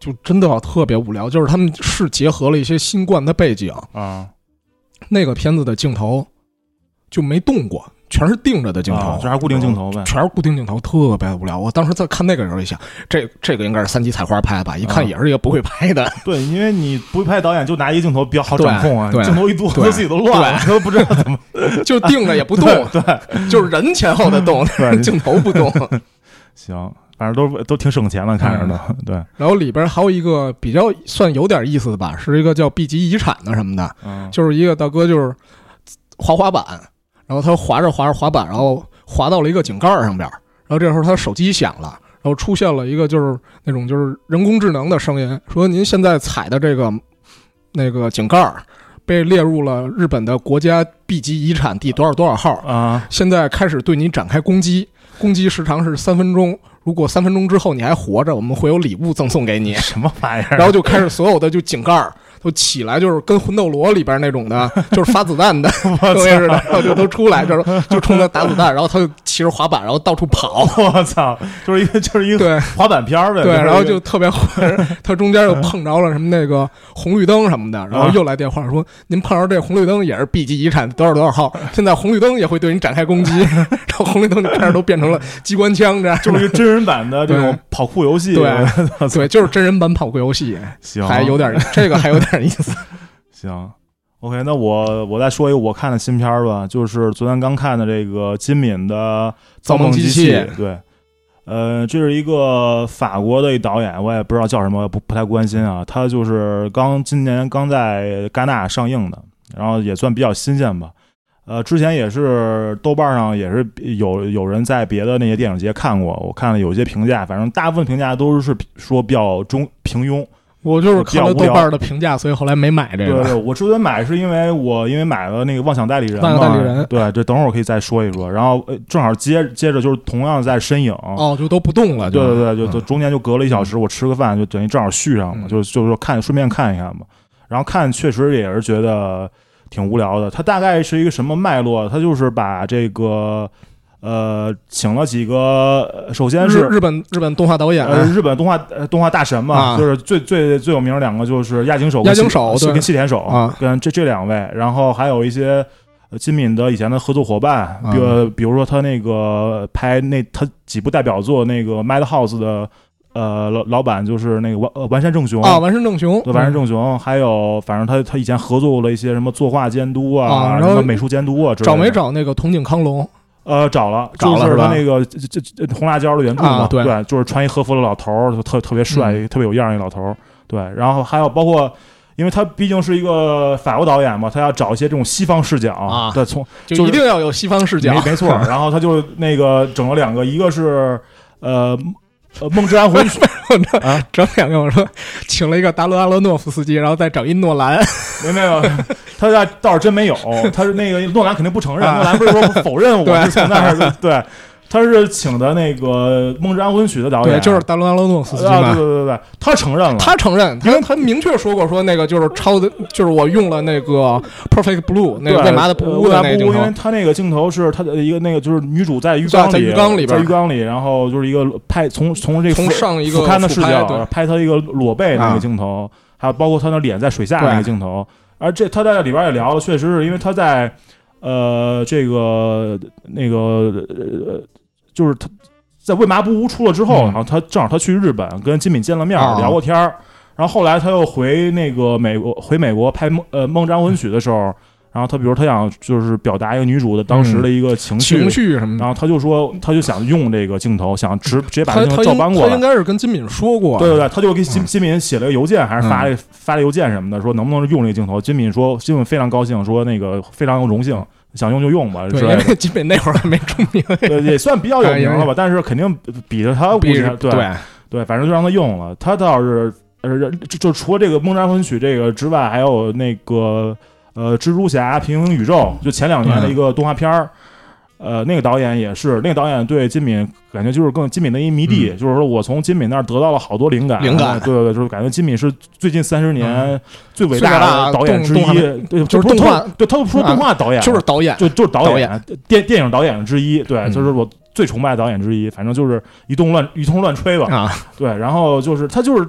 就真的特别无聊，就是他们是结合了一些新冠的背景啊， 那个片子的镜头就没动过，全是定着的镜头， 这还是固定镜头呗， 全是固定镜头，特别无聊。我当时在看那个时候一想，这个应该是3级采花拍吧，一看也是一个不会拍的。 对，因为你不会拍导演就拿一个镜头比较好掌控啊， 对镜头一多，他自己都乱了，他都不知道怎么就定着也不动， 对， 就是人前后的动，镜头不动。 行。反正都挺省钱的，看着的，对。 然后里边还有一个比较算有点意思的吧，是一个叫 B 级遗产的什么的，就是一个大哥就是滑滑板，然后他滑着滑板，然后滑到了一个井盖上边，然后这时候他手机响了，然后出现了一个就是那种就是人工智能的声音，说您现在踩的这个那个井盖被列入了日本的国家 B 级遗产第多少号啊， 现在开始对你展开攻击时长是3分钟。如果3分钟之后你还活着，我们会有礼物赠送给你。 什么玩意儿？ 然后就开始所有的就井盖都起来，就是跟魂斗罗里边那种的，就是发子弹的东西似的，然后就都出来，就冲他打子弹，然后他就骑着滑板，然后到处跑。 我操，就是一个对滑板片呗。 对，然后就特别他中间又碰着了什么那个红绿灯什么的，然后又来电话说您碰着这红绿灯也是 B 级遗产多少号，现在红绿灯也会对你展开攻击，然后红绿灯就开始都变成了机关枪，这样就是一个真人版的这种跑酷游戏。 对，就是真人版跑酷游戏。 行， 还有点这个还有点意思。 行 ，OK， 那我再说一个我看的新片吧，就是昨天刚看的这个金敏的《造梦机器》。对，这是一个法国的一导演，我也不知道叫什么，不太关心啊。他就是今年刚在戛纳上映的，然后也算比较新鲜吧。之前也是豆瓣上也是有人在别的那些电影节看过，我看了有些评价，反正大部分评价都是说比较平庸。 我就是看了豆瓣的评价，所以后来没买这个。 对，我之所以买是因为买了那个妄想代理人嘛。 妄想代理人。 对，这等会儿我可以再说一说。然后正好接着就是同样在身影。 哦，就都不动了。 对，就中间就隔了1小时，我吃个饭就等于正好续上了，就是顺便看一看嘛。然后看确实也是觉得挺无聊的。它大概是一个什么脉络？它就是把这个。请了几个，首先是日本动画导演， 日本动画大神嘛，就是最有名的2个就是押井守跟细田守跟这2位，然后还有一些金敏的以前的合作伙伴，比如说他那个拍他几部代表作那个 Madhouse 的老板就是那个完山正雄啊，完山正雄， 对，完山正雄，还有反正他以前合作过了一些什么作画监督啊，什么美术监督啊之类的。 找没找那个筒井康隆？ 找了，就是他那个这红辣椒的原著嘛，对，就是穿一和服的老头儿，特别帅，特别有样一老头儿，对。然后还有包括，因为他毕竟是一个法国导演嘛，他要找一些这种西方视角啊，对， 就一定要有西方视角， 没错。然后他就那个整了2个，一个是梦之安魂曲啊，整2个，我说请了一个达伦阿罗诺夫斯基，然后再整一诺兰， 没有，他倒是真没有，他是那个诺兰肯定不承认，诺兰不是说否认我是从那儿对。他是请的那个《梦之安魂曲》的导演， 对，就是达伦阿罗诺夫斯基嘛。 对，他承认了， 因为他明确说过，说那个就是就是我用了那个 Perfect Blue 那个为嘛的不污的那个镜头， 因为他那个镜头是他的一个那个就是女主在浴缸里，然后就是一个拍从这个从上一个俯瞰的视角拍他一个裸背那个镜头，还有包括他的脸在水下那个镜头，而他在里边也聊了，确实是因为他在这个那个就是他在为嘛不污出了之后，然后他正好他去日本跟金敏见了面，聊过天儿，然后后来他又回那个美国拍梦之安魂曲的时候，然后他比如他想就是表达一个女主的当时的一个情绪什么的， 然后他就想用这个镜头，想直接把这镜头照搬过来。 他应该是跟金敏说过， 对，他就给金敏写了个邮件，还是发了邮件什么的，说能不能用这个镜头。金敏非常高兴，说那个非常荣幸。想用就用吧， 对，因为金敏那会儿还没出名， 也算比较有名了吧，但是肯定比着他对，反正就让他用了。他倒是就除了这个《梦之安魂曲》这个之外，还有那个蜘蛛侠平行宇宙，就前2年的一个动画片儿。那个导演也是，那个导演对金敏感觉就是更金敏的一迷弟，就是说我从金敏那儿得到了好多灵感，对，就是感觉金敏是最近30年最伟大的导演之一，对， 就是动画， 对，他不说动画导演， 就是导演， 就是导演，电影导演之一，对，就是我最崇拜的导演之一，反正就是一通乱吹吧，对，然后就是他就是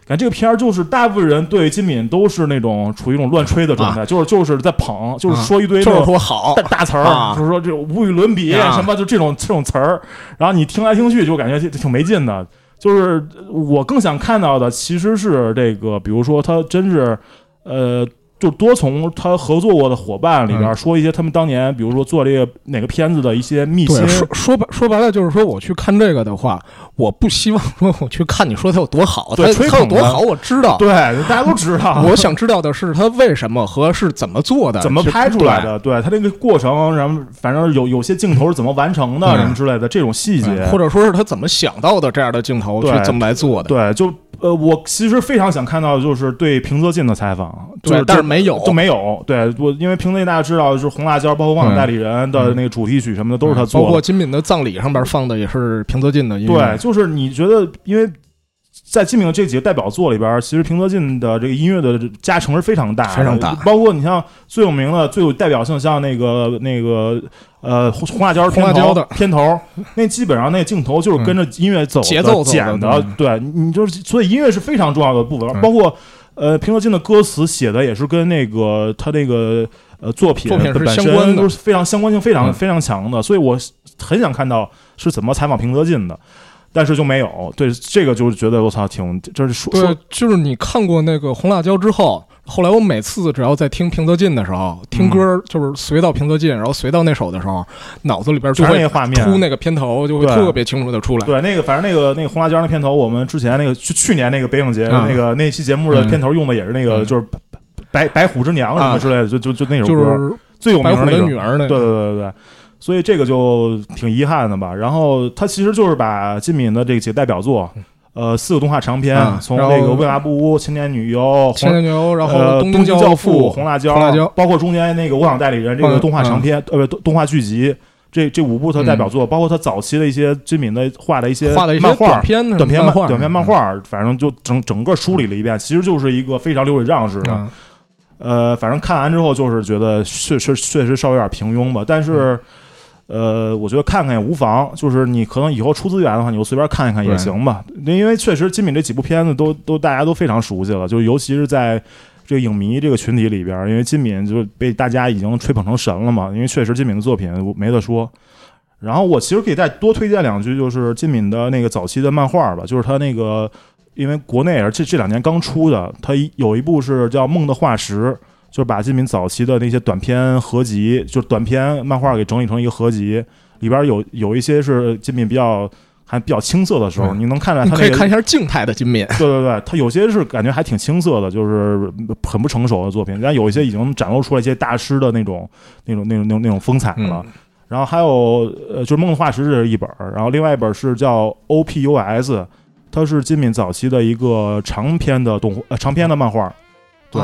感觉这个片儿就是大部分人对金敏都是那种处于一种乱吹的状态，就是在捧，就是说一堆就是说好大词儿，就是说这种无与伦比什么，就这种词儿，然后你听来听去就感觉挺没劲的。就是我更想看到的其实是这个，比如说他真是就多从他合作过的伙伴里边说一些他们当年，比如说做这个哪个片子的一些秘辛。 说白了就是说，我去看这个的话，我不希望说我去看你说他有多好，他有多好，我知道， 对，大家都知道。 我想知道的是他为什么和是怎么做的， 怎么拍出来的，对他这个过程，然后反正有些镜头是怎么完成的，什么之类的这种细节， 或者说是他怎么想到的这样的镜头去怎么来做的， 对，就。我其实非常想看到的就是对平泽进的采访，就是但是没有， 都没有。对我，因为平泽进大家知道，就是红辣椒，包括忘了代理人的那个主题曲什么的，都是他做的。 包括金敏的葬礼上边放的也是平泽进的音乐。 对，就是你觉得，因为在金敏的这几个代表作里边，其实平泽进的这个音乐的加成是非常大， 非常大。 包括你像最有名的、最有代表性，像那个红辣椒的片头，那基本上那镜头就是跟着音乐走的， 节奏剪的，对，你就是所以音乐是非常重要的部分，包括平泽进的歌词写的也是跟那个他那个作品本身都是非常相关性非常强的，所以我很想看到是怎么采访平泽进的。但是就没有，对这个就是觉得我操，就是说， 对，就是你看过那个红辣椒之后，后来我每次只要在听平泽进的时候，听歌就是随到平泽进，然后随到那首的时候，脑子里边就会突那个片头，就会特别清楚的出来。 对，那个反正那个红辣椒那片头，我们之前那个去年那个北影节那期节目的片头用的也是那个，就是白虎之娘什么之类的，就那首歌， 就是最有名的白虎的女儿那个， 对。所以这个就挺遗憾的吧。然后他其实就是把金敏的这几个代表作，4个动画长片，从那个《为嘛不污》、《青年女优》、 然后东京教父、红辣椒，包括中间那个《我想代理人》这个动画长片，动画剧集，这5部他代表作，包括他早期的一些金敏的画的一些漫画、短篇漫画，反正就整个梳理了一遍，其实就是一个非常流水账式的。反正看完之后就是觉得确实稍微有点平庸吧，但是。我觉得看看也无妨，就是你可能以后出资源的话，你就随便看一看也行吧。因为确实金敏这几部片子都大家都非常熟悉了，就尤其是在这个影迷这个群体里边，因为金敏就被大家已经吹捧成神了嘛。因为确实金敏的作品没得说。然后我其实可以再多推荐2句，就是金敏的那个早期的漫画吧，就是他那个因为国内也是这2年刚出的，他有一部是叫《梦的化石》。就是把金敏早期的那些短篇合集，就是短篇漫画给整理成一个合集，里边有一些是金敏还比较青涩的时候，你能看出来他可以看一下静态的金敏。 对，他有些是感觉还挺青涩的，就是很不成熟的作品，但有一些已经展露出来一些大师的那种风采了。然后还有就是《梦的化石》这是一本，然后另外一本是叫 OPUS， 它是金敏早期的一个长篇的漫画。对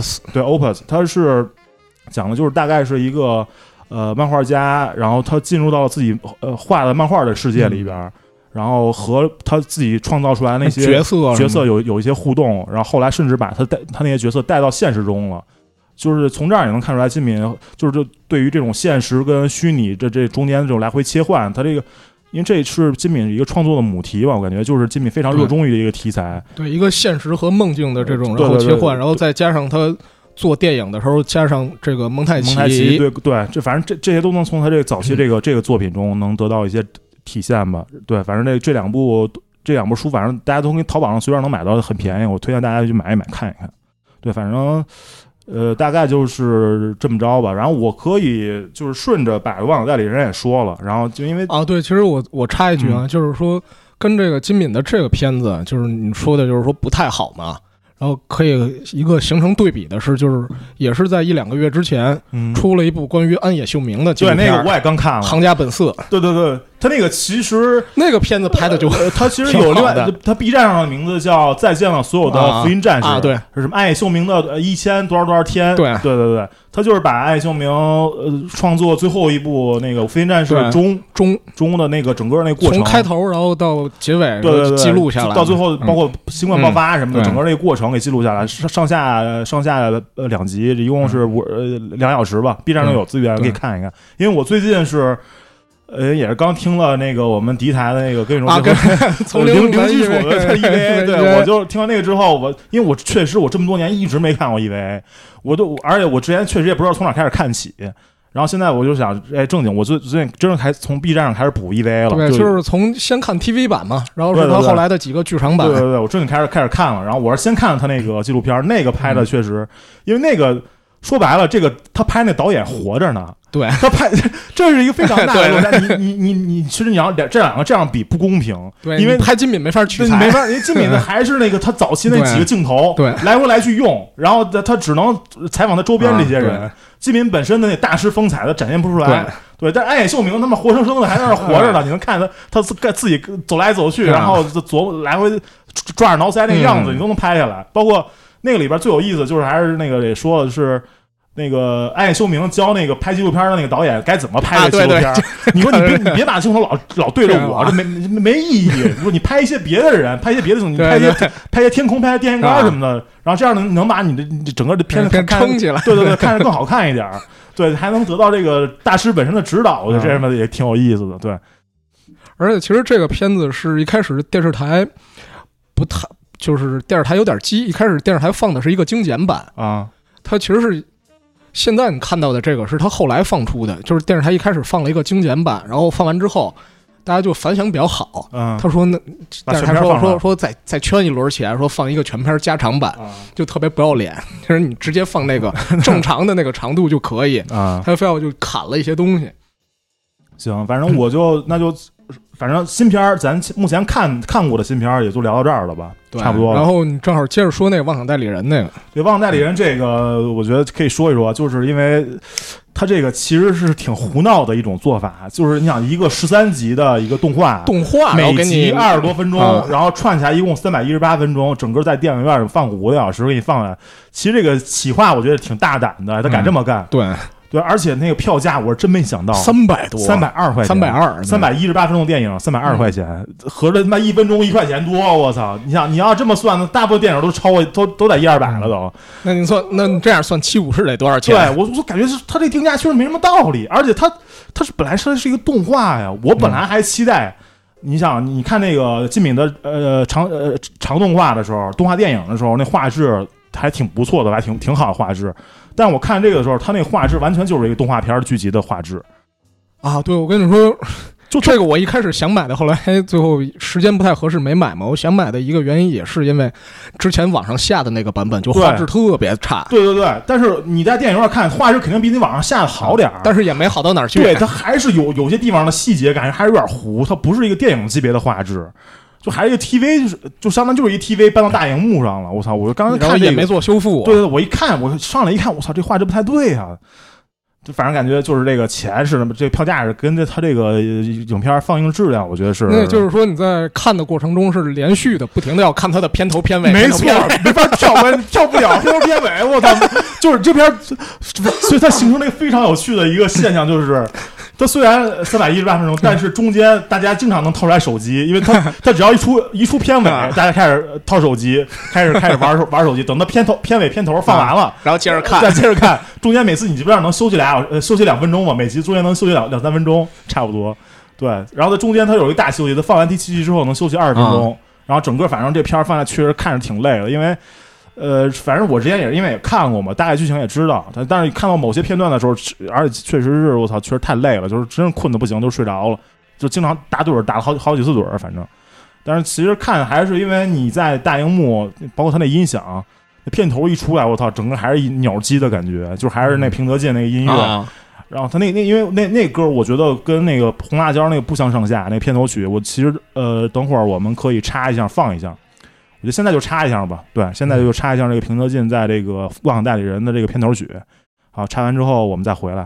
，Opus， 它是讲的就是大概是一个漫画家，然后他进入到了自己画的漫画的世界里边，然后和他自己创造出来那些角色有一些互动，然后后来甚至把他那些角色带到现实中了。就是从这儿也能看出来，金敏就是对于这种现实跟虚拟这中间这种来回切换，他这个。因为这是金敏一个创作的母题吧，我感觉就是金敏非常热衷于的一个题材， 对一个现实和梦境的这种然后切换，然后再加上他做电影的时候加上这个蒙太奇， 对，这反正这些都能从他这个早期这个作品中能得到一些体现吧。对，反正这两部书，反正大家都可以淘宝上随便能买到，很便宜，我推荐大家去买一买看一看。对，反正。大概就是这么着吧，然后我可以就是顺着把忘了代理人也说了，然后就因为对，其实我插一句啊，就是说跟这个金敏的这个片子，就是你说的就是说不太好嘛，然后可以一个形成对比的是，就是也是在1-2个月之前出了一部关于安野秀明的纪录片， 对，那个我也刚看了，《 行家本色》。 对，他那个其实那个片子拍的就他其实有另外他 B 站上的名字叫《再见了所有的福音战士》 对， 是什么安野秀明的1000多少天？ 对， 他就是把安野秀明创作最后一部那个福音战士中的那个整个那个过程， 从开头然后到结尾， 对， 记录下来， 到最后包括新冠爆发什么的，整个那个过程给记录下来，上下2集，这一共是2小时吧。B 站上有资源可以看一看，因为我最近是。 也是刚听了那个我们敌台的那个跟你说从零基础的 EVA， 对，我就听完那个之后，因为我确实我这么多年一直没看过 EVA， 而且我之前确实也不知道从哪开始看起。然后现在我就想，正经，我最近真的从 B 站上开始补 EVA 了。 对，就是从先看 TV 版嘛，然后是他后来的几个剧场版。 对，我正经开始看了。然后我是先看了他那个纪录片，那个拍的确实，因为那个说白了，这个他拍那导演活着呢。 对， 他拍这是一个非常大的落差。你其实你要这两个这样比不公平， 对， 因为拍金敏没法取材， 没法，因为金敏的还是那个他早期那几个镜头， 对， 来回来去用，然后他只能采访他周边这些人。金敏本身的那大师风采他展现不出来，对，但安野秀明他妈活生生的还在那活着呢，你能看他自己走来走去，然后来回抓着挠腮那个样子，你都能拍下来。包括那个里边最有意思就是还是那个也说的是。那个安野秀明教那个拍纪录片的那个导演该怎么拍这纪录片。你说你别把镜头老对着我，这没意义。如果你拍一些别的人，拍一些别的东西，你拍一些天空，拍一些电线杆什么的，然后这样能把你的整个的片子撑起来， 对，看着更好看一点。对，还能得到这个大师本身的指导，我觉得这什么也挺有意思的。对， 而且其实这个片子是一开始电视台不太，就是电视台有点鸡，一开始电视台放的是一个精简版啊， 它其实是。现在你看到的这个是他后来放出的，就是电视台一开始放了一个精简版，然后放完之后，大家就反响比较好。他说那电视台说再圈一轮起来，说放一个全片加长版，就特别不要脸，就是你直接放那个正常的那个长度就可以。他非要就砍了一些东西。 行，反正反正新片咱目前看过的新片也就聊到这儿了吧，差不多了。 然后你正好接着说那个妄想代理人那个， 对，妄想代理人这个，我觉得可以说一说，就是因为他这个其实是挺胡闹的一种做法，就是你想一个13集的一个动画，每集20多分钟，然后串起来一共318分钟，整个在电影院放5个小时给你放来，其实这个企划我觉得挺大胆的，他敢这么干，对，而且那个票价我是真没想到 ，300多 ，320块钱，318分钟电影320块钱，合着他妈1分钟1块钱多，我操！你想你要这么算，大部分电影都超过都在100-200了都。 那你算，那你这样算750得多少钱？ 对，我感觉是他这定价确实没什么道理，而且他本来是一个动画呀，我本来还期待。你想，你看那个金敏的长动画的时候，动画电影的时候，那画质还挺不错的，还挺好的画质。但我看这个的时候，他那画质完全就是一个动画片剧集的画质啊！对，我跟你说，就这个我一开始想买的，后来最后时间不太合适没买嘛。我想买的一个原因也是因为之前网上下的那个版本就画质特别差。 对，但是你在电影院看画质肯定比你网上下的好点儿， 但是也没好到哪儿去。 对，它还是有些地方的细节感觉还是有点糊，它不是一个电影级别的画质。就还是一个 TV， 就相当就是一 TV 搬到大荧幕上了。我操！我就刚才看、这个、 也没做修复。 对，我一看，我上来一看，我操，这画质不太对啊！就反正感觉就是这个钱是这票价是跟着他这个影片放映质量，我觉得是。 那就是说你在看的过程中是连续的，不停的要看它的片头片尾。 没错，没法跳不了片头片尾。我操！就是这片，所以它形成了一个非常有趣的一个现象，就是。它虽然318分钟，但是中间大家经常能掏出来手机，因为它只要一出片尾，大家开始掏手机，开始玩手机，等到片头放完了， 然后接着看， 再接着看，中间每次你基本上能休息2分钟嘛，每集中间能休息2-3分钟，差不多。对，然后在中间它有一个大休息，它放完第7集之后能休息20分钟，然后整个反正这片放下确实看着挺累的，因为。反正我之前也是因为也看过嘛，大概剧情也知道，但是看到某些片段的时候，而且确实是我操，确实太累了，就是真是困得不行，就睡着了，就经常打盹打了好几次盹，反正。但是其实看还是因为你在大荧幕，包括它那音响，那片头一出来，我操，整个还是一鸟击的感觉，就还是那平泽进那个音乐。然后他因为那歌我觉得跟那个红辣椒那个不相上下，那片头曲我其实等会儿我们可以插一下放一下。我觉得现在就插一下吧，对，现在就插一下这个平泽进在这个妄想代理人的这个片头曲，好，插完之后我们再回来。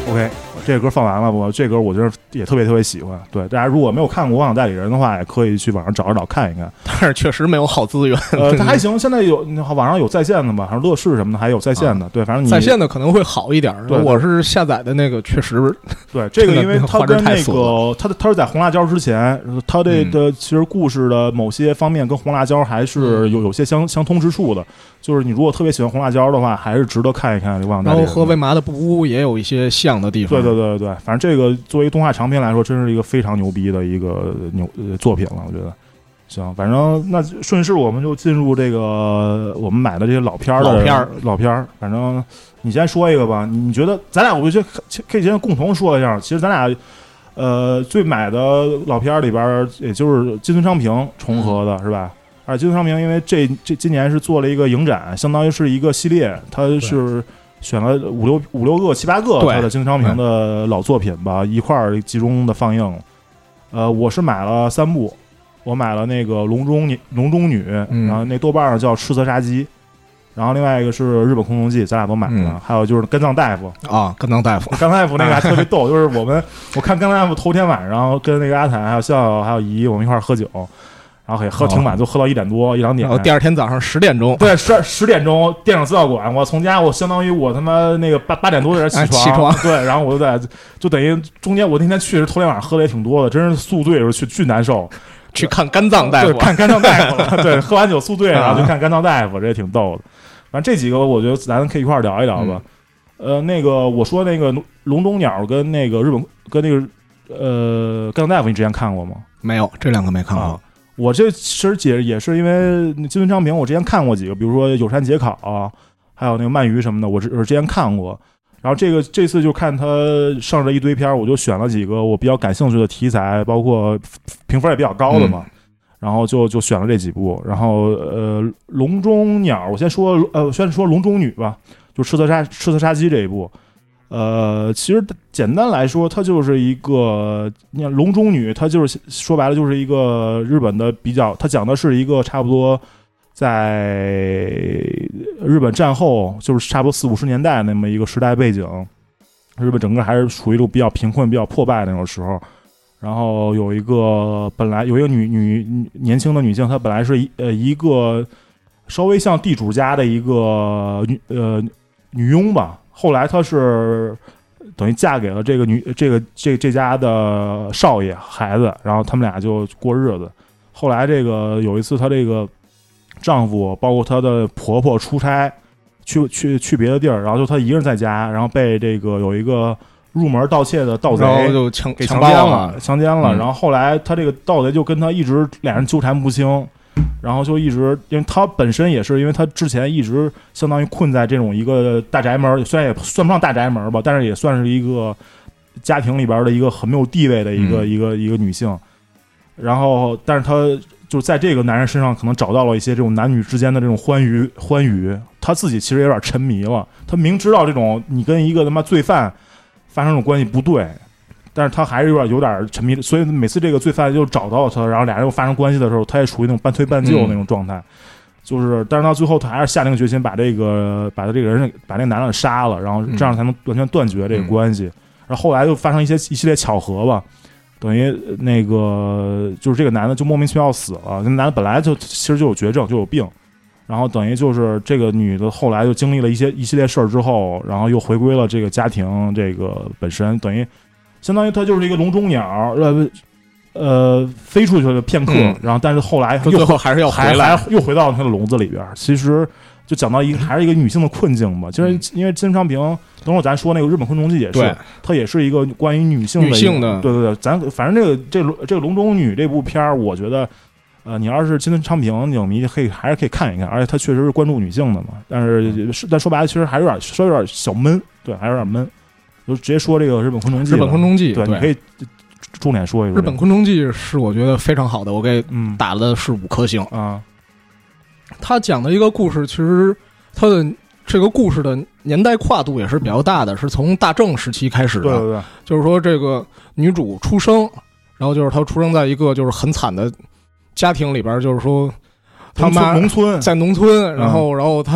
OK， 这个歌放完了，这歌我觉得也特别喜欢。对，大家如果没有看过《我想代理人》的话，也可以去网上找看一看。 但是确实没有好资源。 它还行，现在有网上有在线的嘛，还是乐视什么的，还有在线的。对，反正你在线的可能会好一点。 对， 我是下载的那个，确实对这个，因为它跟那个它是在红辣椒之前，它这的其实故事的某些方面跟红辣椒还是有些相通之处的。就是你如果特别喜欢红辣椒的话，还是值得看一看《我想代理人》。 然后和为麻的不污也有一些像的地方。 对，反正这个作为动画长片来说，真是一个非常牛逼的一个作品了，我觉得。行，反正那顺势我们就进入这个我们买的这些老片儿。反正你先说一个吧，你觉得咱俩我觉得可以先共同说一下。其实咱俩最买的老片里边，也就是金村昌平重合的是吧？而金村昌平因为这今年是做了一个影展，相当于是一个系列，它是选了五六个、7、8个他的金村昌平的老作品吧，一块儿集中的放映。我是买了3部，我买了那个笼中女，然后那豆瓣上叫赤色杀机，然后另外一个是日本空洞记，咱俩都买了，还有就是肝脏大夫啊，肝脏大夫那个还特别逗，就是我看肝脏大夫头天晚上跟那个阿坦还有笑还有姨我们一块儿喝酒。然后可以喝挺晚，就喝到1点多1、2点。 然后第二天早上10点钟， 对，10点钟电影资料馆，我从家我相当于我他妈那个8点多的人起床，对，然后我就等于中间我那天去是头天晚上喝的也挺多的，真是宿醉的时候巨难受。 去看肝脏大夫， 看肝脏大夫了，对，喝完酒宿醉，然后就看肝脏大夫，这也挺逗的。反正这几个我觉得咱可以一块聊一聊吧。那个我说那个笼中鸟跟那个日本跟那个肝脏大夫，你之前看过吗？ 没有，这2个没看过。 我这其实也是因为金村昌平，我之前看过几个，比如说有山解考还有那个鳗鱼什么的，我之前看过。然后这次就看他上了一堆片，我就选了几个我比较感兴趣的题材，包括评分也比较高的嘛。然后就选了这几部。然后笼中鸟，我先说笼中女吧，就赤色杀机这一部。其实简单来说，它就是一个，你看笼中女，它就是说白了就是一个日本的比较，它讲的是一个差不多在日本战后，就是差不多40、50年代那么一个时代背景，日本整个还是处于一种比较贫困、比较破败的那种时候。然后本来有一个年轻的女性，她本来是一个稍微像地主家的一个女佣吧。后来她是等于嫁给了这家的少爷孩子，然后他们俩就过日子。后来有一次，她这个丈夫包括她的婆婆出差去别的地儿，然后就她一个人在家，然后被有一个入门盗窃的盗贼然后就强奸了。然后后来她这个盗贼就跟她一直俩人纠缠不清。然后就一直，因为他本身也是，因为他之前一直相当于困在这种一个大宅门，虽然也算不上大宅门吧，但是也算是一个家庭里边的一个很没有地位的一个女性。然后，但是他就在这个男人身上可能找到了一些这种男女之间的这种欢愉，他自己其实有点沉迷了。他明知道这种你跟一个他妈罪犯发生这种关系不对。但是他还是有点沉迷，所以每次这个罪犯就找到他，然后俩人又发生关系的时候，他也处于那种半推半就那种状态。但是到最后他还是下定决心把那个男人杀了，然后这样才能完全断绝这个关系。然后后来就发生一系列巧合吧，等于就是这个男的就莫名其妙死了，那男的本来就其实就有绝症，就有病。然后等于就是这个女的后来就经历了一系列事儿之后，然后又回归了这个家庭这个本身，等于。相当于它就是一个笼中鸟，飞出去了片刻，然后但是后来最后还是要回来， 又回到它的笼子里边。其实就讲到还是一个女性的困境吧。就是因为金昌平，等会儿咱说那个日本昆虫记也是，它也是一个关于女性的，对，咱反正这个笼中女这部片儿，我觉得你要是金昌平影迷还是可以看一看，而且它确实是关注女性的嘛。但说白了，其实还是稍微有点小闷，对，还有点闷。就直接说这个日本昆虫记，对，你可以重点说一说。 日本昆虫记是我觉得非常好的，我给打的是5颗星啊。 他讲的一个故事，其实他的这个故事的年代跨度也是比较大的，是从大正时期开始的。 对， 就是说这个女主出生，然后就是她出生在一个就是很惨的家庭里边，就是说他妈农村， 在农村，然后她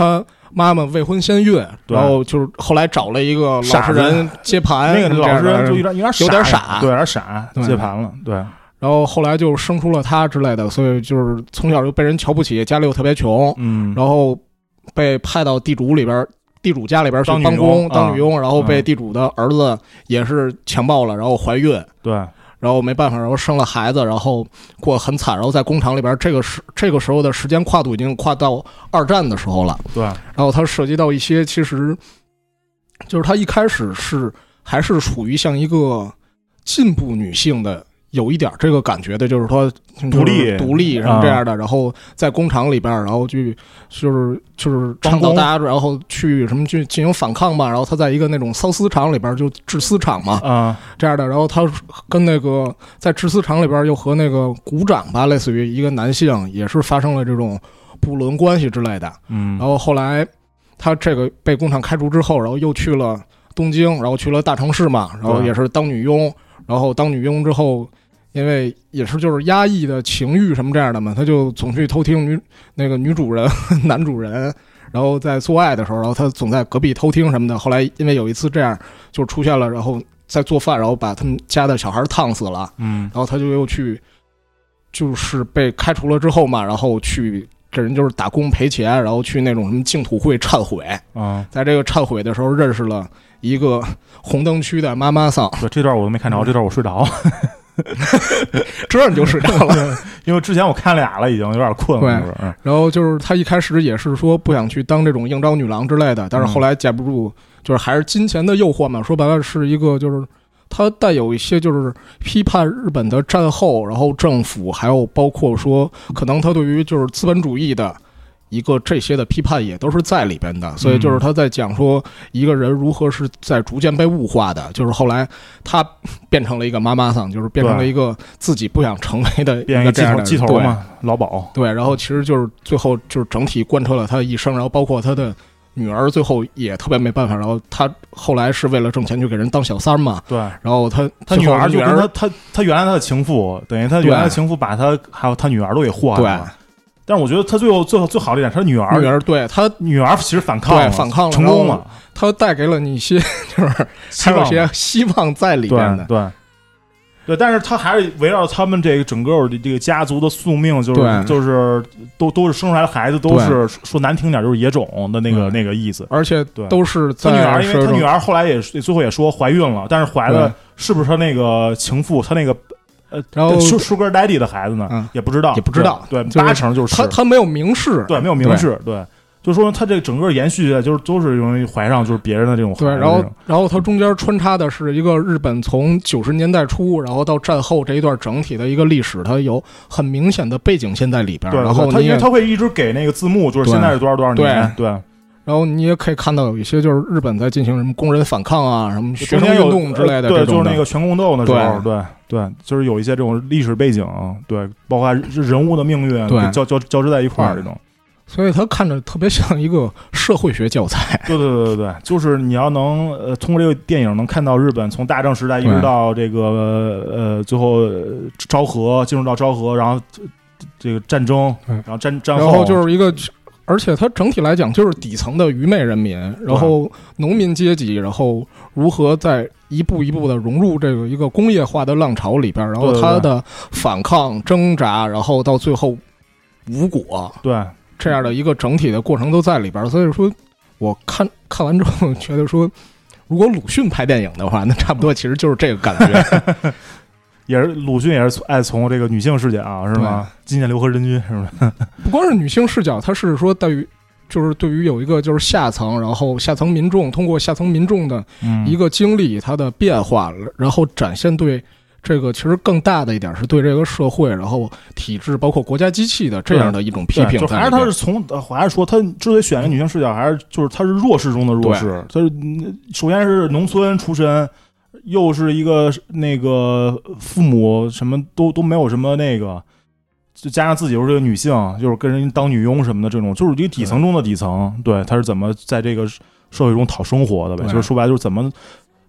妈妈未婚先孕，然后就是后来找了一个老实人接盘， 那个老实人就有点傻， 对，有点傻，接盘了，对。 然后后来就生出了他之类的，所以就是从小就被人瞧不起，家里又特别穷，然后被派到地主家里边去帮工当女佣，然后被地主的儿子也是强暴了，然后怀孕， 对， 然后没办法，然后生了孩子，然后过得很惨，然后在工厂里边，这个时候的时间跨度已经跨到2战的时候了， 对， 然后它涉及到一些，其实就是他一开始还是处于像一个进步女性的。有一点这个感觉的，就是说独立什么这样的，然后在工厂里边，然后就是倡导大家，然后去什么去进行反抗嘛。然后他在一个那种缫丝厂里边，就制丝厂嘛，这样的。然后他跟那个在制丝厂里边又和那个股长吧，类似于一个男性，也是发生了这种不伦关系之类的。然后后来他这个被工厂开除之后，然后又去了东京，然后去了大城市嘛，然后也是当女佣，然后当女佣之后。因为也是就是压抑的情欲什么这样的嘛，他就总去偷听女主人男主人，然后在做爱的时候，然后他总在隔壁偷听什么的。后来因为有一次这样就出现了，然后在做饭，然后把他们家的小孩烫死了，然后他就又去就是被开除了之后嘛，然后去这人就是打工赔钱，然后去那种什么净土会忏悔在这个忏悔的时候认识了一个红灯区的妈妈桑。 对，这段我都没看着，这段我睡着。 这你就睡着了， 因为之前我看俩了，已经有点困了。 对，然后就是他一开始也是说不想去当这种应招女郎之类的，但是后来架不住，就是还是金钱的诱惑嘛。说白了是一个，就是他带有一些就是批判日本的战后，然后政府，还有包括说可能他对于就是资本主义的。一个这些的批判也都是在里边的，所以就是他在讲说一个人如何是在逐渐被物化的，就是后来他变成了一个妈妈桑，就是变成了一个自己不想成为的一个这样的鸡头嘛，老鸨。 对，然后其实就是最后就是整体贯彻了他的一生，然后包括他的女儿最后也特别没办法，然后他后来是为了挣钱去给人当小三嘛， 对， 然后他女儿就跟他原来他的情妇，等于他原来的情妇把他还有他女儿都给祸害了。但是我觉得他最后最好的一点，他女儿对他女儿其实反抗了成功了， 他带给了你一些就是还有些希望在里边的， 对，但是他还是围绕他们这个整个的这个家族的宿命，就是都是生出来的孩子都是说难听点就是野种的那个意思， 而且都是他女儿，因为他女儿后来也最后也说怀孕了，但是怀的是不是他那个情妇他那个。 然后 Sugar Daddy 的孩子呢，也不知道，对，8成就是他没有明示， 对，没有明示，对，就说他这个整个延续的，都是容易怀上就是别人的这种孩子。 对，然后他中间穿插的是一个日本从90年代初，然后到战后这一段整体的一个历史，它有很明显的背景线在里边。 对， 然后因为他会一直给那个字幕，就是现在是多少年，对。 然后你也可以看到有一些就是日本在进行什么工人反抗啊，什么学生运动之类的， 对，就是那个全共斗的时候，对，就是有一些这种历史背景，对，包括人物的命运，对，交织在一块儿这种， 所以他看着特别像一个社会学教材。 对，就是你要能通过这个电影能看到日本从大正时代一直到这个最后昭和，进入到昭和，然后这个战争，然后战后， 然后就是一个。而且它整体来讲就是底层的愚昧人民，然后农民阶级，然后如何在一步一步的融入这个一个工业化的浪潮里边，然后他的反抗挣扎，然后到最后无果， 对， 这样的一个整体的过程都在里边。所以说我看完之后觉得说，如果鲁迅拍电影的话，那差不多其实就是这个感觉。 也是鲁迅也是爱从这个女性视角是吧？金剑流和人君是吧？ 不光是女性视角，它是说对于有一个就是下层，然后下层民众通过下层民众的一个经历，它的变化，然后展现对这个其实更大的一点是对这个社会，然后体制包括国家机器的这样的一种批评。 就还是他是从还是说他之所以选个女性视角，还是就是他是弱势中的弱势，他是首先是农村出身。又是一个那个父母什么都没有什么那个，就加上自己又是这个女性，就是跟人当女佣什么的这种，就是一个底层中的底层。对，他是怎么在这个社会中讨生活的呗？就是说白了，就是怎么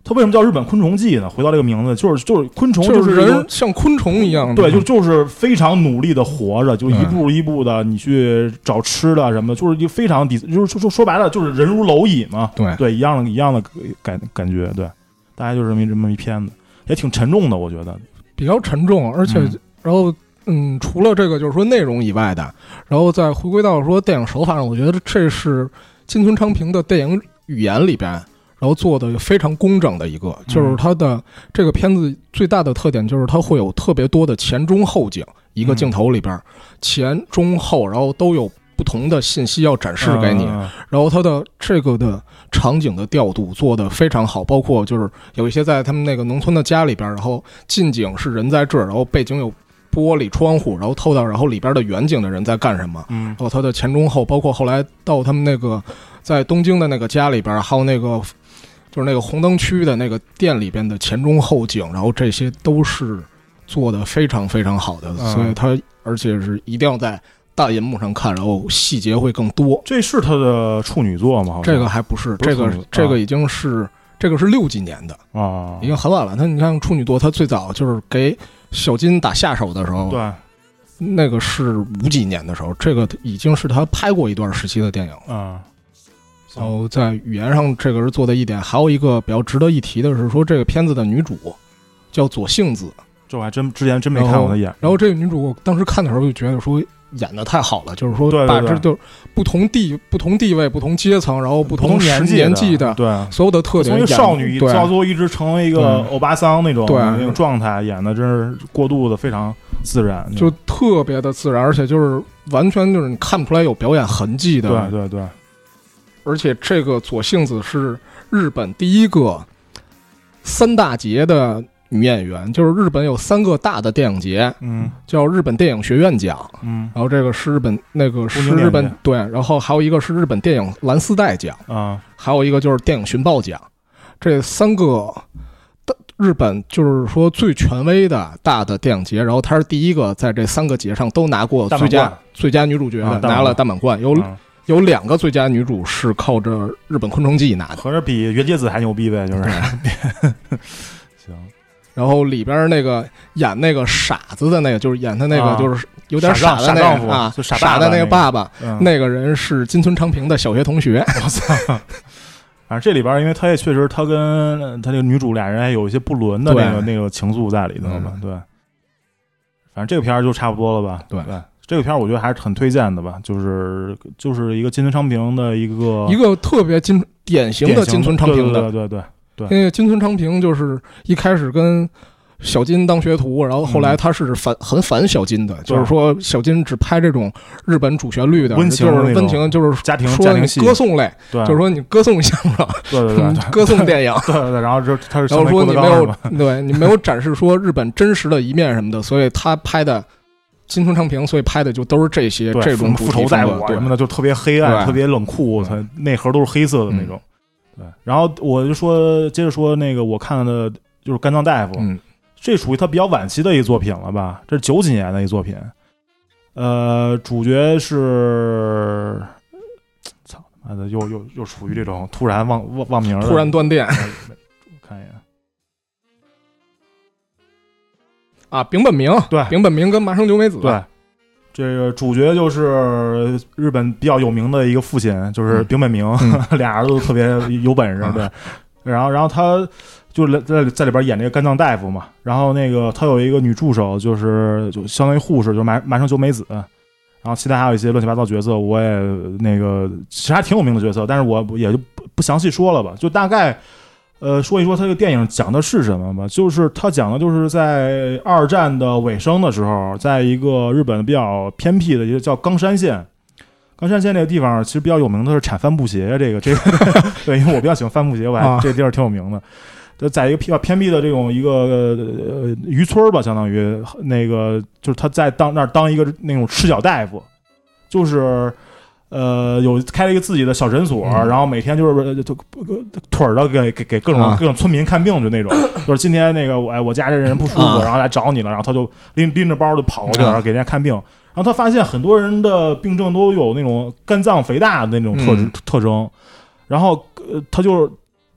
它为什么叫日本昆虫记呢？回到这个名字，就是昆虫，就是人像昆虫一样的， 对，就是非常努力的活着，就一步一步的你去找吃的什么的，就是一个非常就是说白了就是人如蝼蚁嘛，对，一样的感觉，对，大概就是这么一片子，也挺沉重的，我觉得比较沉重，而且然后除了这个就是说内容以外的，然后再回归到说电影手法上，我觉得这是金村昌平的电影语言里边。然后做的非常工整的一个，就是它的这个片子最大的特点就是它会有特别多的前中后景，一个镜头里边前中后，然后都有不同的信息要展示给你，然后它的这个的场景的调度做得非常好，包括就是有一些在他们那个农村的家里边，然后近景是人在这儿，然后背景有玻璃窗户，然后透到然后里边的远景的人在干什么，然后它的前中后，包括后来到他们那个在东京的那个家里边，还有那个就是那个红灯区的那个店里边的前中后景，然后这些都是做的非常非常好的，所以它而且是一定要在大银幕上看，然后细节会更多。 这是他的处女作吗？ 这个还不是，这个已经是这个是60几年的啊， 已经很晚了。你看处女作，他最早就是给小金打下手的时候， 对， 那个是50几年的时候，这个已经是他拍过一段时期的电影了啊。 然后在语言上，这个是做的一点，还有一个比较值得一提的是说，这个片子的女主叫佐幸子， 这我还之前真没看过她演。 然后这个女主当时看的时候就觉得说演的太好了，就是说大致就不同地位、不同阶层，然后不同年纪的， 对所有的特点， 从一个少女到最后一直成为一个欧巴桑那种状态，演的真是过渡的非常自然， 就特别的自然，而且就是完全就是你看不出来有表演痕迹的， 对。 而且这个佐幸子是日本第一个3大节的女演员，就是日本有3个大的电影节，叫日本电影学院奖，然后这个是日本那个是日本对，然后还有一个是日本电影蓝丝带奖啊， 还有一个就是电影寻报奖，这3个日本就是说最权威的大的电影节，然后她是第一个在这3个节上都拿过最佳女主角的，拿了大满贯，有2个最佳女主是靠着日本昆虫记拿的， 合着比原节子还牛逼呗，就是行。 然后里边那个演那个傻子的那个，就是演他那个就是有点傻的那个啊， 就傻的那个爸爸，那个人是金村昌平的小学同学。 我操！反正这里边，因为他也确实，他跟他那个女主俩人还有一些不伦的那个情愫在里头吧？对。反正这个片儿就差不多了吧？对。这个片儿我觉得还是很推荐的吧，就是一个金村昌平的一个特别典型的金村昌平的，对， 因为金村昌平就是一开始跟小金当学徒，然后后来他是很反小金的，就是说小金只拍这种日本主旋律的温情， 就是家庭戏歌颂类，就是说你歌颂相声， 对， 歌颂电影， 对，然后他是然后说你没有展示说日本真实的一面什么的，所以他拍的。金村昌平，所以拍的就都是这种复仇在我什么的，就特别黑暗、特别冷酷，它内核都是黑色的那种。对，然后我就接着说那个我看的就是《肝脏大夫》，这属于他比较晚期的一个作品了吧？这是90几年的一个作品。主角是，操他妈的，又属于这种突然忘名， 突然断电。 我看一眼。 啊，丙本明， 对， 丙本明跟麻生久美子， 对，这个主角就是日本比较有名的一个父亲，就是丙本明，俩儿子都特别有本事，对，然后他就是在里边演这个肝脏大夫嘛，然后那个他有一个女助手，就相当于护士，就是麻生久美子，然后其他还有一些乱七八糟角色，我也那个其实还挺有名的角色，但是我也就不详细说了吧，就大概。说一说他这个电影讲的是什么吧，就是他讲的就是在2战的尾声的时候，在一个日本比较偏僻的一个叫冈山县，冈山县这个地方其实比较有名的是产帆布鞋，这个对，因为我比较喜欢帆布鞋，我还这地儿挺有名的。就在一个比较偏僻的这种一个渔村吧，相当于那个就是他在那儿当一个那种赤脚大夫，就是。有开了一个自己的小诊所，然后每天就是腿儿的给各种村民看病，就那种，就是今天那个我家这人不舒服，然后来找你了，然后他就拎着包就跑过去，然后给人家看病，然后他发现很多人的病症都有那种肝脏肥大的那种特征，然后他就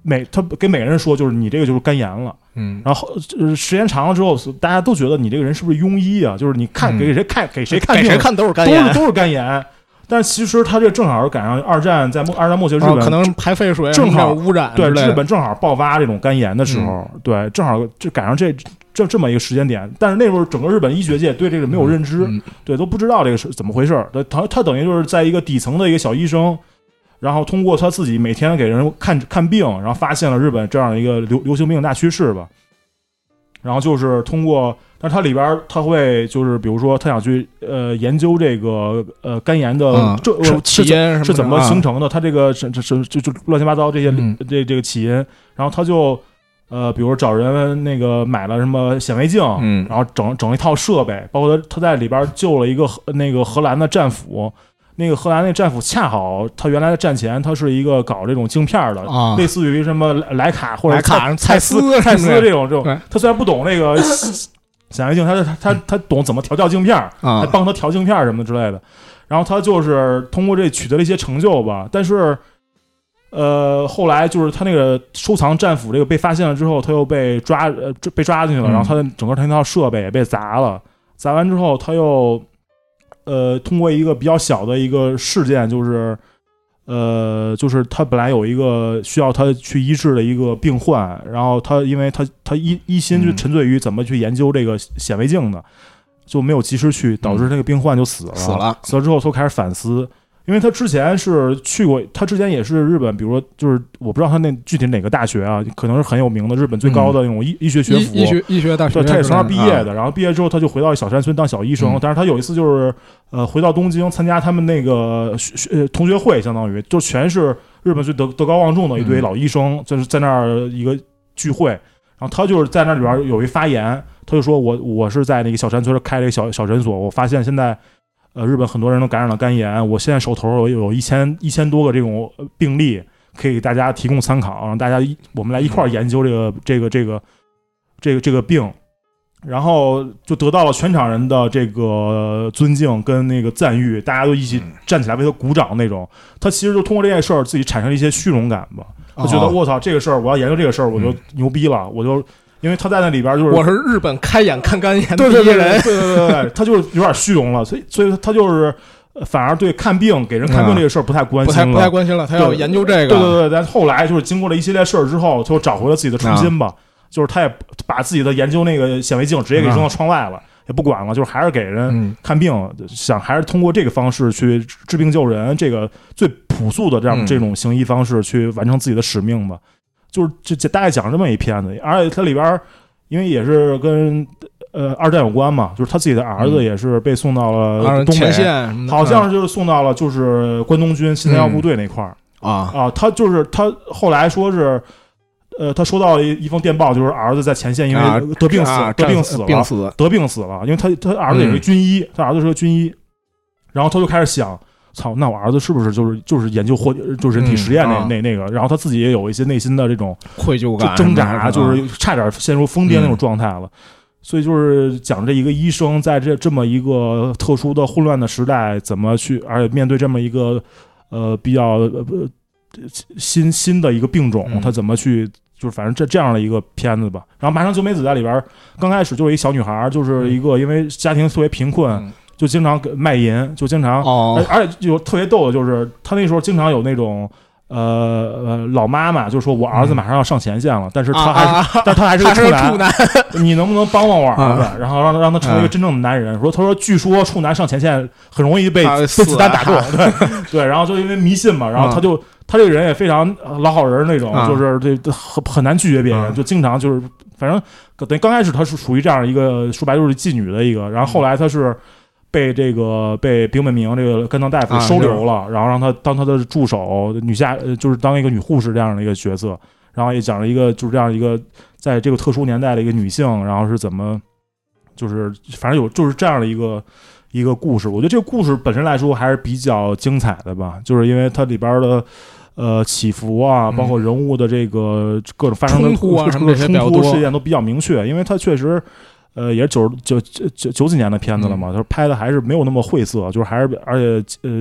他给每个人说，就是你这个就是肝炎了。然后时间长了之后，大家都觉得你这个人是不是庸医啊？就是你看给谁看给谁看病， 给谁看都是肝炎， 都是肝炎。但其实他这正好赶上二战末期，日本可能排废水正好污染， 对，日本正好爆发这种肝炎的时候，对，正好就赶上这么一个时间点。但是那时候整个日本医学界对这个没有认知，对，都不知道这个是怎么回事。他等于就是在一个底层的一个小医生，然后通过他自己每天给人看病，然后发现了日本这样的一个流行病大趋势吧。然后就是通过，但是它里边他会就是比如说他想去研究这个肝炎的起因是怎么形成的，他这个就乱七八糟这些这个起因，然后他就比如找人那个买了什么显微镜，然后整一套设备，包括他在里边救了一个那个荷兰的战俘。那个荷兰那战俘恰好他原来的战前他是一个搞这种镜片的，类似于什么莱卡或者蔡司这种，他虽然不懂那个显微镜，他懂怎么调教镜片，还帮他调镜片什么之类的。然后他就是通过这取得了一些成就吧，但是后来就是他那个收藏战俘这个被发现了之后，他又被抓进去了，然后他整个他那套设备也被砸了，砸完之后他又通过一个比较小的一个事件，就是他本来有一个需要他去医治的一个病患，然后他因为他一心就沉醉于怎么去研究这个显微镜的，就没有及时去，导致这个病患就死了。死了之后，他开始反思。因为他之前是去过，他之前也是日本，比如说就是我不知道他那具体哪个大学啊，可能是很有名的日本最高的那种医学学府， 医学大学， 对，他也是那毕业的。然后毕业之后他就回到小山村当小医生，但是他有一次就是回到东京参加他们那个同学会，相当于就全是日本最德高望重的一堆老医生，就是在那儿一个聚会。然后他就是在那里边有一发言，他就说我是在那个小山村开了一个小诊所，我发现现在。日本很多人都感染了肝炎，我现在手头有一千多个这种病例，可以给大家提供参考，让大家我们来一块儿研究这个病，然后就得到了全场人的这个尊敬跟那个赞誉，大家都一起站起来为他鼓掌那种。他其实就通过这件事儿自己产生了一些虚荣感吧，他觉得我操这个事儿我要研究这个事儿我就牛逼了，我就。因为他在那里边就是我是日本开眼看肝炎的第一人， 对，他就是有点虚荣了，所以他就是反而对看病给人看病这个事儿不太关心了， 不太关心了，他要研究这个。 对，但后来就是经过了一系列事儿之后，就找回了自己的初心吧，就是他也把自己的研究那个显微镜直接给扔到窗外了，也不管了，就是还是给人看病，想还是通过这个方式去治病救人，这个最朴素的这种行医方式去完成自己的使命吧。就是大概讲这么一片子，而且它里边因为也是跟二战有关嘛，就是他自己的儿子也是被送到了东北，好像就是送到了就是关东军新三幺部队那块儿他就是他后来说是他收到一封电报，就是儿子在前线因为得病死了，因为他儿子也是军医，他儿子是个军医，然后他就开始想。操，那我儿子是不是就是研究就是人体实验那个，然后他自己也有一些内心的这种愧疚感、 挣扎，就是差点陷入疯癫那种状态了。所以就是讲这一个医生在这么一个特殊的混乱的时代，怎么去，而且面对这么一个比较新的一个病种，他怎么去，就是反正这样的一个片子吧。然后麻生久美子在里边刚开始就是一小女孩，就是一个因为家庭特别贫困。就经常卖淫，就经常，而且有特别逗的，就是他那时候经常有那种老妈妈就说我儿子马上要上前线了，但是他还是个处男，你能不能帮帮我儿子，然后让他成为一个真正的男人？他说据说处男上前线很容易被子弹打中，对，然后就因为迷信嘛，然后他这个人也非常老好人那种，就是这很难拒绝别人，就经常就是反正等于刚开始他是属于这样一个说白就是妓女的一个，然后后来他是。被柄本明这个肝脏大夫收留了，然后让他当他的助手就是当一个女护士这样的一个角色，然后也讲了一个就是这样一个在这个特殊年代的一个女性，然后是怎么就是反正有就是这样的一个故事。我觉得这个故事本身来说还是比较精彩的吧，就是因为它里边的起伏啊，包括人物的这个各种发生的冲突事件都比较明确，因为它确实。也是九几年的片子了嘛，他拍的还是没有那么晦涩，就是还是而且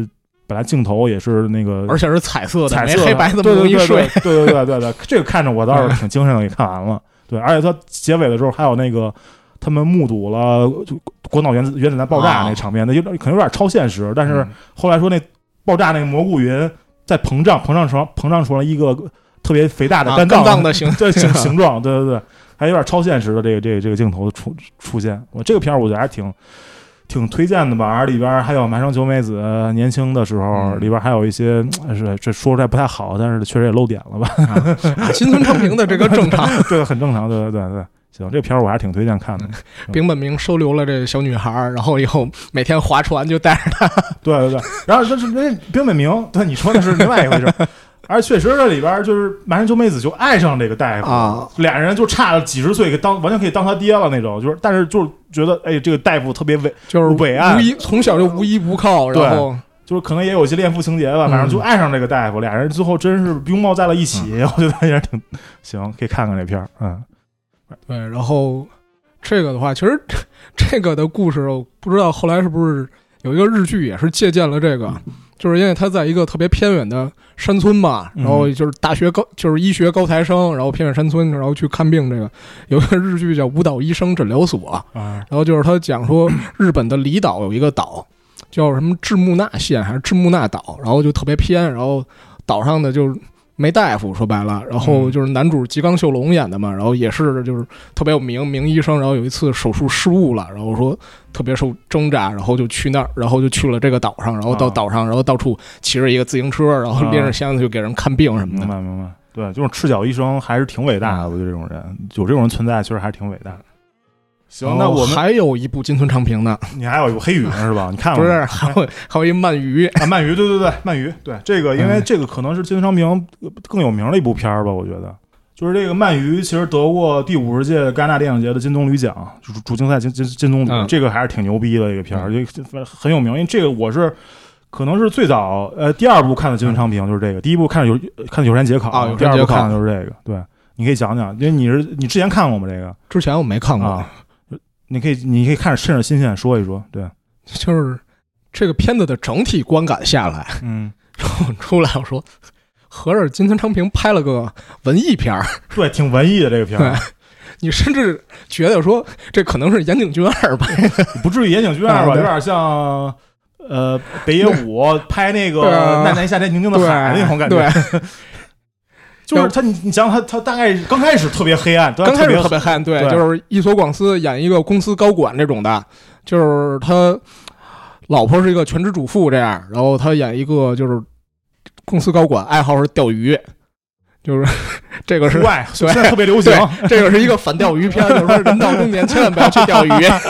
本来镜头也是那个， 而且是彩色的， 没黑白这么对一睡， 对，这个看着我倒是挺精神的，给看完了。对，而且它结尾的时候还有那个他们目睹了广岛原子弹爆炸那个场面，那可能有点超现实，但是后来说那爆炸那个蘑菇云在膨胀出来一个特别肥大的肝脏的形状，对，还有点超现实的这个镜头出现。我这个片儿我觉得还挺推荐的吧，而里边还有麻生久美子年轻的时候，里边还有一些这说出来不太好，但是确实也漏点了吧。 新村昌平的这个正常， 对，很正常，对。行，这片儿我还挺推荐看的。 丙本明收留了这个小女孩，然后以后每天划船就带着她。 对，然后就是那丙本明，对你说的是另外一回事。而确实这里边就是麻生久美子就爱上这个大夫啊，俩人就差了几十岁，完全可以当他爹了那种。就是，但是就是觉得，哎，这个大夫特别伟岸， 从小就无依无靠，然后就是可能也有一些恋父情节吧，反正就爱上这个大夫，俩人最后真是拥抱在了一起。我觉得也挺行，可以看看这片儿。 对，然后这个的话，其实这个的故事，我不知道后来是不是有一个日剧也是借鉴了这个。就是因为他在一个特别偏远的山村嘛，然后就是就是医学高材生，然后偏远山村，然后去看病。这个有一个日剧叫《舞蹈医生诊疗所》，然后就是他讲说日本的离岛有一个岛叫什么志木那县还是志木那岛，然后就特别偏，然后岛上的就是没大夫，说白了，然后就是男主吉冈秀隆演的嘛，然后也是就是特别有名医生，然后有一次手术失误了，然后说特别受挣扎，然后就去那儿，然后就去了这个岛上，然后到岛上，然后到处骑着一个自行车，然后拎着箱子就给人看病什么的。 明白。对，就是赤脚医生还是挺伟大的，我觉得这种人有这种人存在，确实还是挺伟大的。行，那我们还有一部金村昌平的， 你还有一部黑羽是吧？你看了不是？还有一鳗鱼啊，鳗鱼，对，鳗鱼，对这个，因为这个可能是金村昌平更有名的一部片儿吧，我觉得。就是这个鳗鱼，其实得过第50届戛纳电影节的金棕榈奖，主竞赛金棕榈，这个还是挺牛逼的一个片儿，很有名。因为这个我是可能是最早第二部看的金村昌平就是这个，第一部看的有山节考，第二部看的就是这个。对，你可以讲讲，因为你之前看过吗？这个之前我没看过。 你可以看着趁着新鲜说一说。对， 就是这个片子的整体观感下来，然后出来我说，合着金村昌平拍了个文艺片儿， 对，挺文艺的这个片儿。 你甚至觉得说这可能是岩井俊二拍的， 不至于岩井俊二吧？有点像北野武拍那个《奈奈夏天宁静的海》那种感觉。 对。 就是他，你想他大概刚开始特别黑暗， 刚开始特别黑暗，对，就是伊索广司演一个公司高管这种的，就是他老婆是一个全职主妇这样，然后他演一个就是公司高管，爱好是钓鱼，就是这个是外，现在特别流行， 这个是一个反钓鱼片，就是说人到中年千万不要去钓鱼。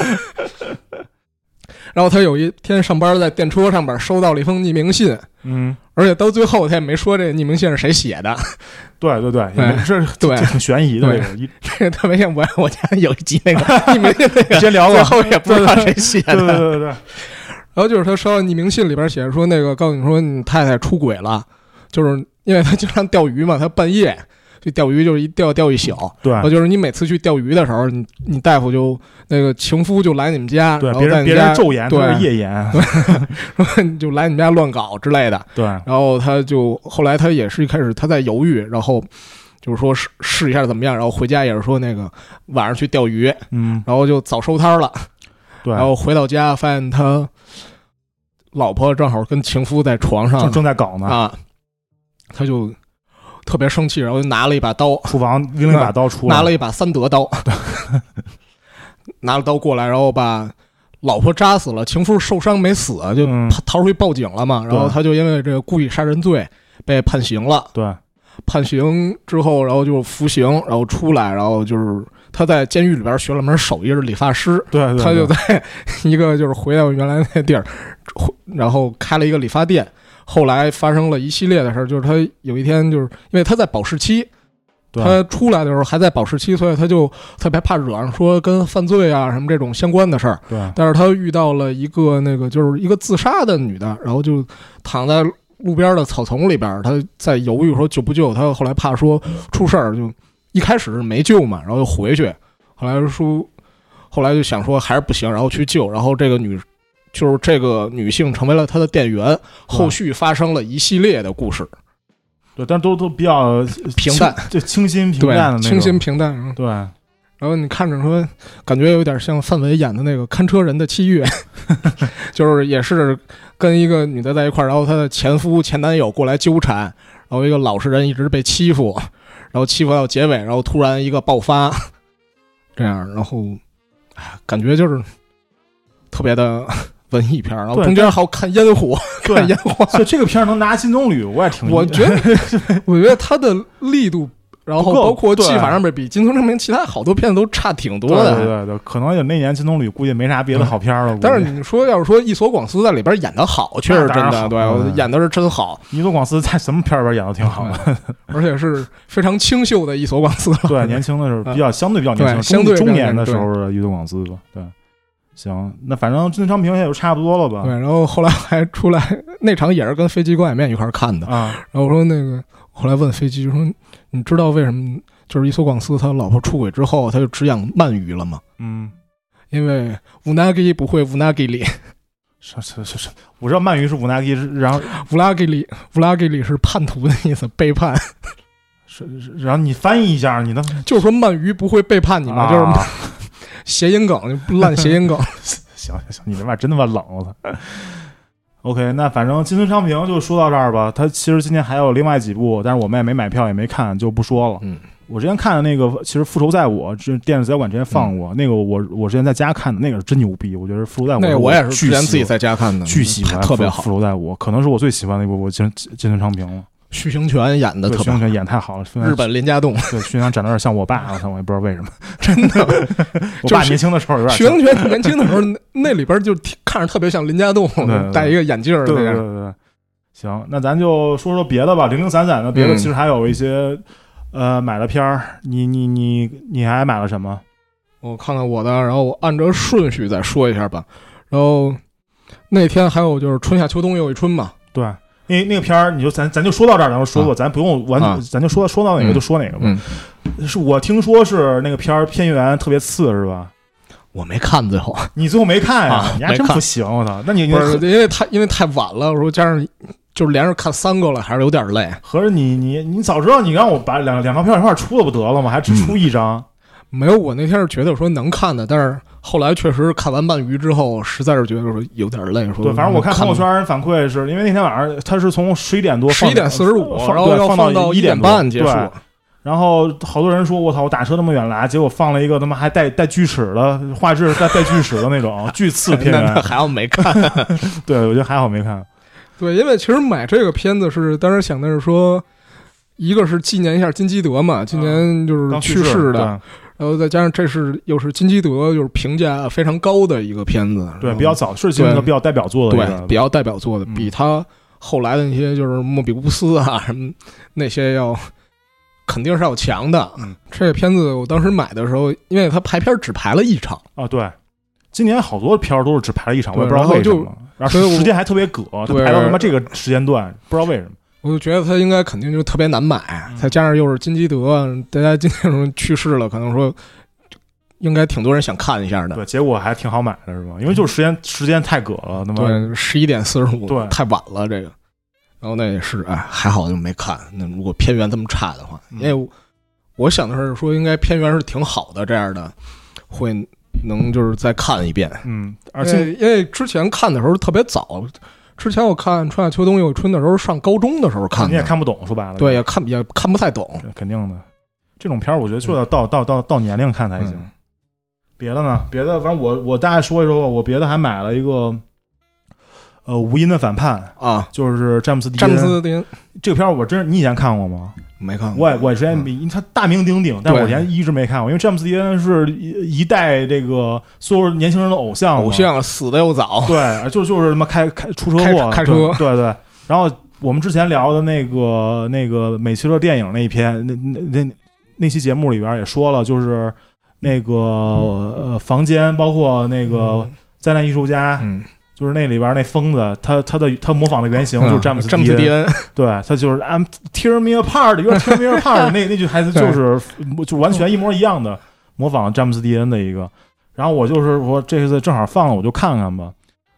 然后他有一天上班在电车上边收到了一封匿名信，而且到最后他也没说这个匿名信是谁写的。 对，这挺悬疑的。 这个特别像我家有一集那个匿名信那个， 先聊过， 最后也不知道谁写的。 对。 然后就是他收到匿名信里边写着说，那个告诉你说你太太出轨了，就是因为他经常钓鱼嘛，他半夜去钓鱼就是钓一宿， 对， 就是你每次去钓鱼的时候，你大夫就那个情夫就来你们家， 对， 然后在别人昼颜，对，夜颜， 对，就来你们家乱搞之类的， 对。 然后他就后来他也是一开始他在犹豫，然后就是说试一下怎么样，然后回家也是说那个晚上去钓鱼，然后就早收摊了， 对， 然后回到家发现他老婆正好跟情夫在床上正在搞呢啊，他就特别生气，然后就拿了一把刀， 厨房拎了一把刀出来， 拿了一把三德刀，拿了刀过来，然后把老婆扎死了，情夫受伤没死，就逃出去报警了嘛。然后他就因为这个故意杀人罪被判刑了。 对， 判刑之后，然后就服刑，然后出来，然后就是他在监狱里边学了门手艺，是理发师。 对， 他就在一个就是回到原来那地儿，然后开了一个理发店。后来发生了一系列的事儿，就是他有一天就是因为他在保释期，他出来的时候还在保释期，所以他就特别怕惹上说跟犯罪啊什么这种相关的事儿。 对， 但是他遇到了一个那个就是一个自杀的女的，然后就躺在路边的草丛里边，他在犹豫说救不救。他后来怕说出事儿，就一开始是没救嘛，然后又回去，后来就想说还是不行，然后去救，然后这个女就是这个女性成为了他的店员，后续发生了一系列的故事。 对，但都比较平淡， 就清新平淡的那种， 清新平淡。 对， 然后你看着说，感觉有点像范伟演的那个看车人的七月，就是也是跟一个女的在一块儿，然后她的前男友过来纠缠，然后一个老实人一直被欺负，然后欺负到结尾，然后突然一个爆发，这样，然后感觉就是特别的文艺片，然后中间还有看烟火，看烟花。 所以这个片能拿金棕榈，我也挺。 我觉得它的力度，然后包括技法上面比《金棕榈》其他好多片子都差挺多的。 对，可能有那年金棕榈估计没啥别的好片了。 但是你说要是说伊索广司在里边演的好，确实真的，对，演的是真好。 伊索广司在什么片里边演的挺好的， 而且是非常清秀的伊索广司。 对，年轻的时候相对比较年轻，中年的时候的伊索广司吧，对。行，那反正真昌平也就差不多了吧。 对，然后后来还出来那场也是跟飞机关海面一块看的啊。 然后我说那个后来问飞机说，你知道为什么就是伊索广司他老婆出轨之后他就只养鳗鱼了吗？因为乌纳吉不会乌纳吉里。 是，我知道鳗鱼是乌纳吉，然后乌拉吉里是叛徒的意思，背叛。 是，然后你翻译一下，你的就是说鳗鱼不会背叛你吗？就是。谐音梗，烂谐音梗。 行，你这玩意真他妈冷，我操！OK， 那反正金村昌平就说到这儿吧。他其实今年还有另外几部，但是我们也没买票，也没看，就不说了。我之前看的那个，其实《复仇在我》这电视资料馆之前放过，那个我之前在家看的，那个是真牛逼。我觉得《复仇在我》 那个我也是之前自己在家看的， 巨喜欢， 特别好。 《复仇在我》可能是我最喜欢的一部，我金村昌平了。 徐星泉演的特别好， 徐星泉演太好了。 日本林家栋， 对，徐星泉长得有点像我爸，我也不知道为什么， 真的。 我爸年轻的时候有点。 徐星泉年轻的时候，那里边就看着特别像林家栋，戴一个眼镜儿。 对。行，那咱就说说别的吧，零零散散的别的，其实还有一些买了片儿。你还买了什么？ 我看看我的，然后我按照顺序再说一下吧。然后那天还有就是春夏秋冬又一春嘛， 对。因为那个片儿，咱就说到这儿，然后说过，咱不用咱就说到哪个就说哪个吧。是我听说是那个片儿片源特别次，是吧？ 我没看最后， 你最后没看呀？你还真不行，我操！那你不是因为太晚了，我说加上就是连着看3个了，还是有点累。 合着你早知道你让我把两张票一块出了不得了吗？还只出一张。 没有，我那天是觉得说能看的，但是后来确实看完鳗鱼之后，实在是觉得说有点累。说对，反正我看朋友圈人反馈是因为那天晚上他是从11点多 11点45，然后要放到1点半结束。 然后好多人说我操，我打车那么远来，结果放了一个他妈还带锯齿的画质，带锯齿的那种巨次片源， 还好没看。 对，我觉得还好没看。 对，因为其实买这个片子是当时想的是说，一个是纪念一下金基德嘛，今年就是去世的。然后再加上又是金基德，就是评价非常高的一个片子， 对，比较早，是金基德比较代表作的， 对，比较代表作的，比他后来的那些就是莫比乌斯啊什么那些肯定是要强的。这个片子我当时买的时候，因为他排片只排了1场啊，对，今年好多片都是只排了1场，我也不知道为什么，然后时间还特别他排到他妈这个时间段，不知道为什么。 我就觉得他应该肯定就特别难买，再加上又是金基德，大家今天去世了，可能说应该挺多人想看一下的。 对，结果还挺好买的是吧？因为就是时间太葛了，那么对11点45， 对， 太晚了这个。然后那也是还好就没看。那如果片源这么差的话，因为我想的是说应该片源是挺好的，这样的会能就是再看一遍。 而且因为之前看的时候特别早。之前我看《春夏秋冬又一春》的时候，上高中的时候看的， 你也看不懂，说白了， 对，也看不太懂， 肯定的。这种片儿，我觉得就要到年龄看才行。别的呢？别的，反正我大概说一说，我别的还买了一个，无音的反叛啊， 就是詹姆斯·迪恩。这个片儿你以前看过吗？ 没看过。 我之前他大名鼎鼎，但我以前一直没看过，因为詹姆斯·迪恩是一代这个所有年轻人的偶像死的又早。 对，就是他妈出车祸开车， 对。然后我们之前聊的那个美奇乐电影那一篇那期节目里边也说了，就是那个房间，包括那个灾难艺术家。就是那里边那疯子，他模仿的原型就是詹姆斯·迪恩，对，他就是 I'm tear me apart, you're tear me apart 那句台词就完全一模一样的模仿詹姆斯·迪恩的一个。然后我就是说这次正好放了，我就看看吧。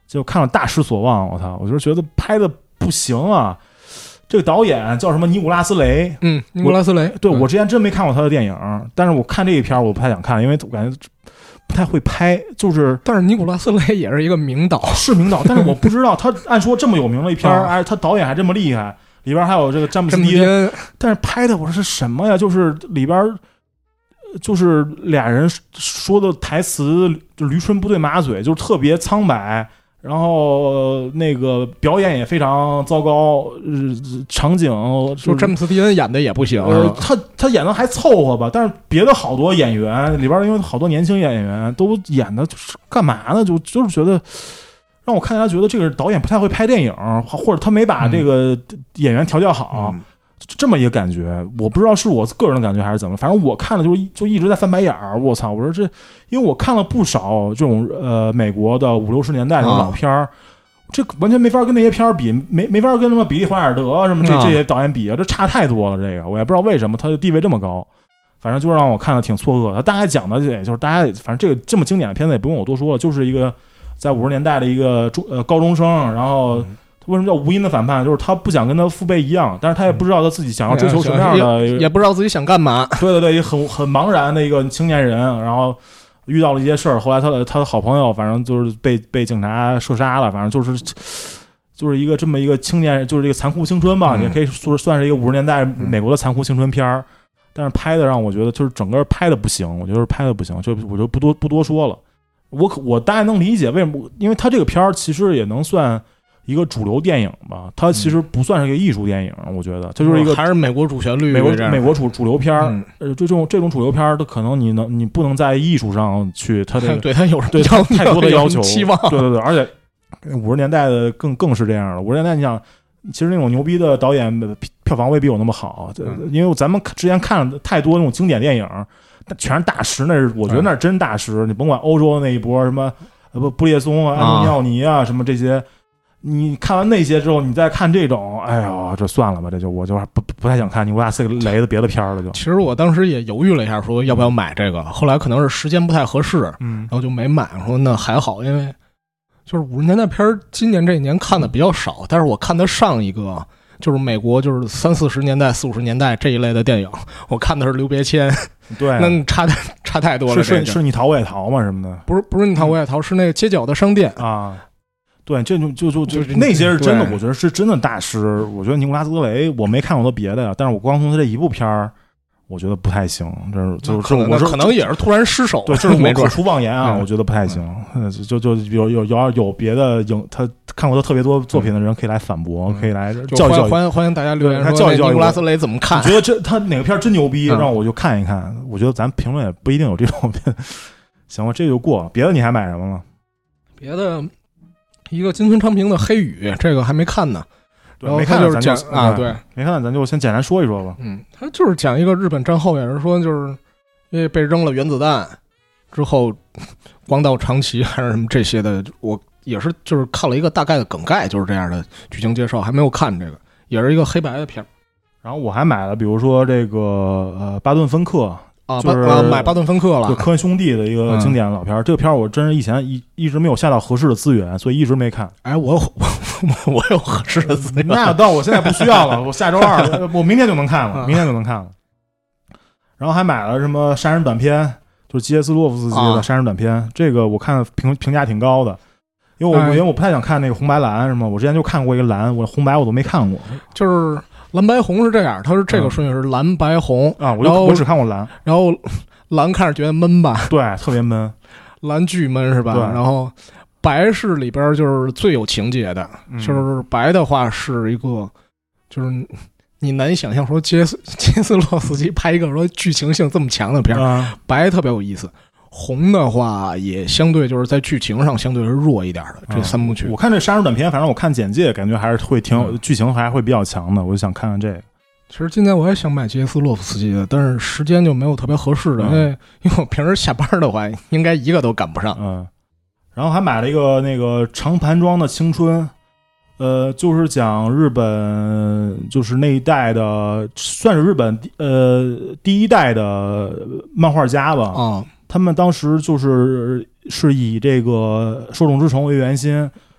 就看了大失所望。我操，我就觉得拍的不行啊。这个导演叫什么？尼古拉斯雷。 尼古拉斯雷。 对，我之前真没看过他的电影，但是我看这一片我不太想看，因为我感觉不太会拍。但是尼古拉斯雷也是一个名导， 是名导，但是我不知道他按说这么有名的一片哎，他导演还这么厉害，里边还有这个詹姆斯迪恩，但是拍的我说是什么呀？就是里边就是俩人说的台词就驴唇不对马嘴，就是特别苍白。然后那个表演也非常糟糕，场景就詹姆斯迪恩演的也不行， 他演的还凑合吧，但是别的好多演员里边，因为好多年轻演员都演的就是干嘛呢？就是觉得让我看起来觉得这个导演不太会拍电影，或者他没把这个演员调教好。这么一个感觉，我不知道是我个人的感觉还是怎么，反正我看了就一直在翻白眼儿。我操！我说这，因为我看了不少这种美国的50、60年代那种老片儿，这完全没法跟那些片儿比，没法跟什么比利·华尔德什么这些导演比啊，这差太多了。这个我也不知道为什么他的地位这么高，反正就让我看的挺错愕。他大概讲的也就是大家反正这个这么经典的片子也不用我多说了，就是一个在50年代的一个高中生，然后。为什么叫无因的反叛？就是他不想跟他父辈一样，但是他也不知道他自己想要追求什么样的， 也不知道自己想干嘛。 对，很茫然的一个青年人，然后遇到了一些事儿。后来他的好朋友，反正就是被警察射杀了。反正就是一个这么一个青年人，就是这个残酷青春吧，也可以算是一个50年代美国的残酷青春片儿。但是拍的让我觉得就是整个拍的不行，我觉得拍的不行，我就不多说了。我大概能理解为什么，因为他这个片儿其实也能算。一个主流电影吧，它其实不算是一个艺术电影，我觉得它就是一个还是美国主旋律， 美国主流片儿。这种主流片儿，它可能你不能在艺术上去，它这个对它有太多的要求， 期望。 对，而且50年代的更是这样的。50年代你想，其实那种牛逼的导演票房未必有那么好，因为咱们之前看了太多那种经典电影，全是大师，我觉得那是真大师。你甭管欧洲的那一波什么布列松啊、安东尼奥尼啊什么这些。你看完那些之后，你再看这种，哎呦，这算了吧，我就不太想看尼古拉斯雷的别的片了。就其实我当时也犹豫了一下，说要不要买这个，后来可能是时间不太合适，然后就没买。说那还好，因为就是50年代片，今年这一年看的比较少，但是我看的上一个就是美国就是30、40年代、40、50年代这一类的电影，我看的是刘别谦。 对， 那差太多了。 是你逃我也逃吗？什么的？ 不是你逃我也逃，是那个街角的商店啊。对，这就那些是真的，我觉得是真的大师。我觉得尼古拉斯·格雷，我没看过他别的呀，但是我光从他这一部片儿，我觉得不太行。 可能也是突然失手， 对，这是我口出妄言啊，我觉得不太行。就有别的他看过他特别多作品的人可以来反驳，可以来教育。 欢迎大家留言说尼古拉斯·雷怎么看？ 我觉得他哪个片真牛逼，让我就看一看。我觉得咱评论也不一定有这种。行吧，这就过。别的你还买什么了？ 别的。一个金村昌平的《黑雨》，这个还没看呢。然后他就是讲对， 没看，咱就先简单说一说吧。 他就是讲一个日本战后，也是说，就是因为被扔了原子弹之后，光道长崎还是什么这些的，我也是就是看了一个大概的梗概，就是这样的剧情介绍，还没有看这个，也是一个黑白的片。然后我还买了，比如说这个巴顿芬克。就是买巴顿芬克了， 就科恩兄弟的一个经典老片。这个片我真是以前一直没有下到合适的资源，所以一直没看。 哎，我有合适的资源， 那到我现在不需要了。我下周2，我明天就能看了，然后还买了什么杀人短片，就是基耶斯洛夫斯基的杀人短片。这个我看评价挺高的，因为我不太想看那个红白蓝什么。我之前就看过一个蓝，我红白我都没看过， 就是。蓝白红是这样，它是这个顺序是蓝白红啊，我只看过蓝， 然后蓝看着觉得闷吧， 对，特别闷， 蓝巨闷是吧？ 对， 然后白是里边就是最有情节的，就是白的话是一个，就是你难以想象说杰斯洛斯基拍一个说剧情性这么强的片白特别有意思。红的话也相对就是在剧情上相对是弱一点的这3部曲。 我看这杀人短片，反正我看简介感觉还是会挺剧情还会比较强的，我就想看看这个。 其实今天我也想买杰斯洛夫斯基的，但是时间就没有特别合适的，因为我平时下班的话应该一个都赶不上。 然后还买了一个那个长盘庄的青春，就是讲日本就是那一代的，算是日本第一代的漫画家吧。他们当时是以这个手冢治虫为圆心，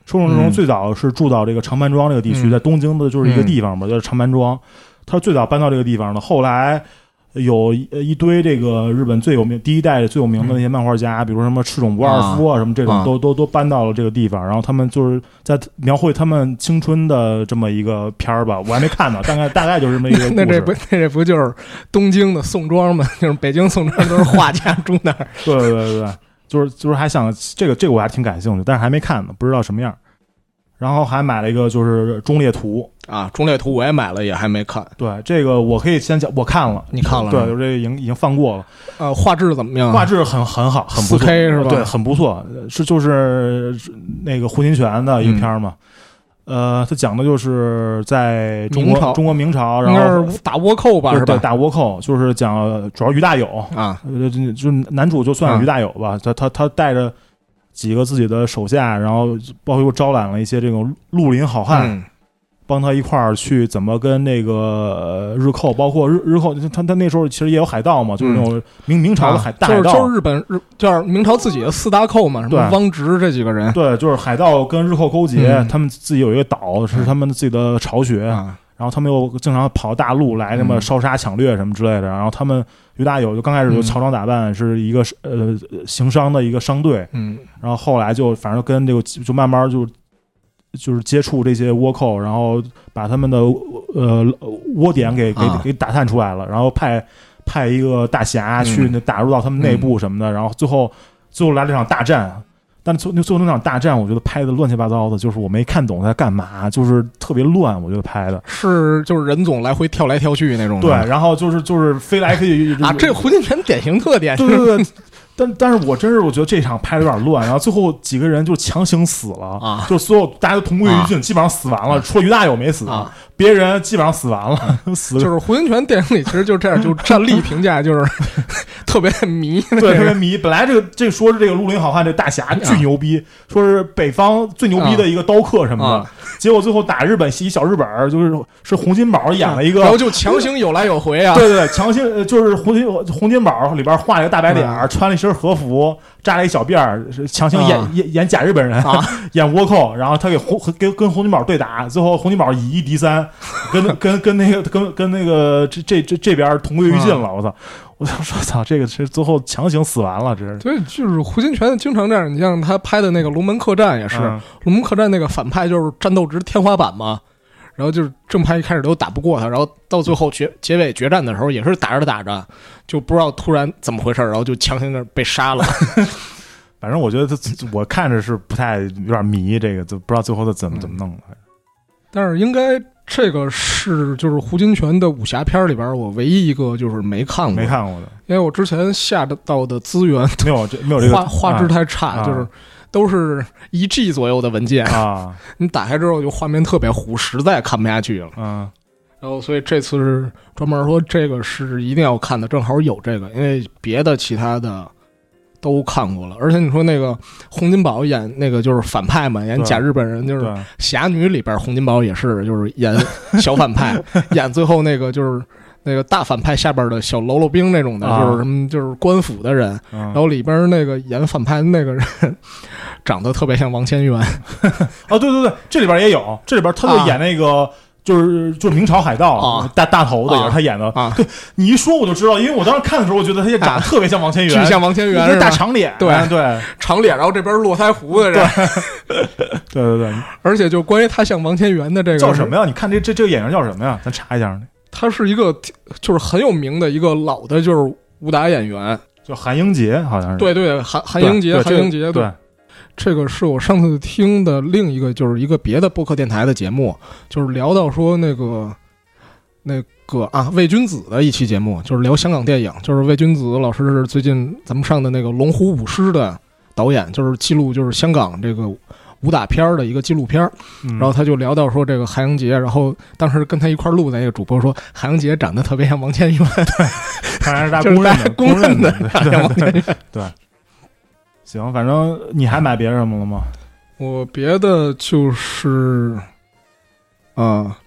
手冢治虫最早是住到这个长盘庄这个地区，在东京的就是一个地方吧，就是长盘庄。他最早搬到这个地方的，后来有一堆这个日本最有名第一代最有名的那些漫画家，比如什么赤冢不二夫啊什么这种都搬到了这个地方，然后他们就是在描绘他们青春的这么一个片儿吧，我还没看呢，大概就是这么一个故事。 那这不就是东京的宋庄吗？就是北京宋庄都是画家住那儿。 对，就是还想这个我还挺感兴趣，但是还没看呢，不知道什么样。然后还买了一个就是中列图啊，中列图我也买了，也还没看。 对，这个我可以先讲，我看了， 你看了？ 对，我这已经放过了。 画质怎么样？ 画质很好，很不错 4K 是吧？ 对，很不错，就是那个胡金铨的一个片嘛。他讲的就是在中国明朝，然后打倭寇吧，是吧？ 对，打倭寇，就是讲主要于大有啊， 就男主就算是于大有吧，他带着几个自己的手下，然后包括又招揽了一些这种绿林好汉，帮他一块儿去怎么跟那个日寇，包括日寇，他那时候其实也有海盗嘛，就是那种明朝的大海盗， 就是就是明朝自己的4大寇嘛，什么汪直这几个人， 对，就是海盗跟日寇勾结，他们自己有一个岛是他们自己的巢穴，然后他们又经常跑大陆来什么烧杀抢掠什么之类的，然后他们于大有就刚开始就乔装打扮，是一个行商的一个商队，然后后来就反正跟这个就慢慢就是接触这些倭寇，然后把他们的窝点给打探出来了，然后派一个大侠去打入到他们内部什么的，然后最后来了这场大战。但最后那场大战，我觉得拍的乱七八糟的，就是我没看懂他在干嘛，就是特别乱，我觉得拍的就是任总来回跳来跳去那种。 对，然后就是飞来飞去啊，这胡金铨典型特点。 对。但是我觉得这场拍的有点乱，然后最后几个人就强行死了啊， 就所有大家都同归于尽，基本上死完了，除了于大有没死，别人基本上死完了。 就是胡金铨电影里其实就这样，就战力评价就是特别迷， 对，特别迷。本来这说是这个绿林好汉这大侠巨牛逼，说是北方最牛逼的一个刀客什么的，结果最后打日本一小日本，是洪金宝演了一个， 然后就强行有来有回啊。 对，强行就是洪金宝里边画了一个大白脸，穿了一身和服，扎了一小辫儿，强行演假日本人，演倭寇，然后他跟洪金宝对打，最后洪金宝以1敌3，跟那个这边同归于尽了。我说操，这个是最后强行死完了，这是。 对，就是胡金铨经常这样。你像他拍的那个《龙门客栈》也是，龙门客栈那个反派就是战斗值天花板嘛。然后就是正派一开始都打不过他，然后到最后结尾决战的时候也是打着就不知道突然怎么回事，然后就强行的被杀了。 反正我觉得我看着是不太有点迷，这个就不知道最后他怎么弄的。 但是应该这个是就是胡金铨的武侠片里边我唯一一个就是没看过的，因为我之前下到的资源没有这个画质太差，就是都是1G 左右的文件啊， 你打开之后就画面特别糊，实在看不下去了。然后所以这次是专门说这个是一定要看的，正好有这个，因为别的其他的都看过了。而且你说那个洪金宝演那个就是反派嘛，演假日本人，就是侠女里边洪金宝也是就是演小反派，演最后那个就是那个大反派下边的小喽啰兵那种的，就是什么就是官府的人，然后里边那个演反派的那个人长得特别像王千源。 哦，对，这里边也有，这里边他就演那个。就是明朝海盗大头的也是他演的对，你一说我就知道，因为我当时看的时候，我觉得他也长得特别像王千源， 巨像王千源， 大长脸， 对长脸，然后这边络腮胡子， 对， 而且就关于他像王千源的这个叫什么呀？你看这个演员叫什么呀？咱查一下。 他是一个就是很有名的一个老的，就是武打演员， 叫韩英杰，好像是。 对，韩英杰，对。这个是我上次听的另一个，就是一个别的播客电台的节目，就是聊到说那个魏君子的一期节目，就是聊香港电影，就是魏君子老师是最近咱们上的那个龙虎舞狮的导演，就是记录就是香港这个武打片的一个纪录片，然后他就聊到说这个韩英杰，然后当时跟他一块录的那个主播说韩英杰长得特别像王千源，对， 看来是大家公认的像王千源， 对。行，反正你还买别什么了吗？ 我别的就是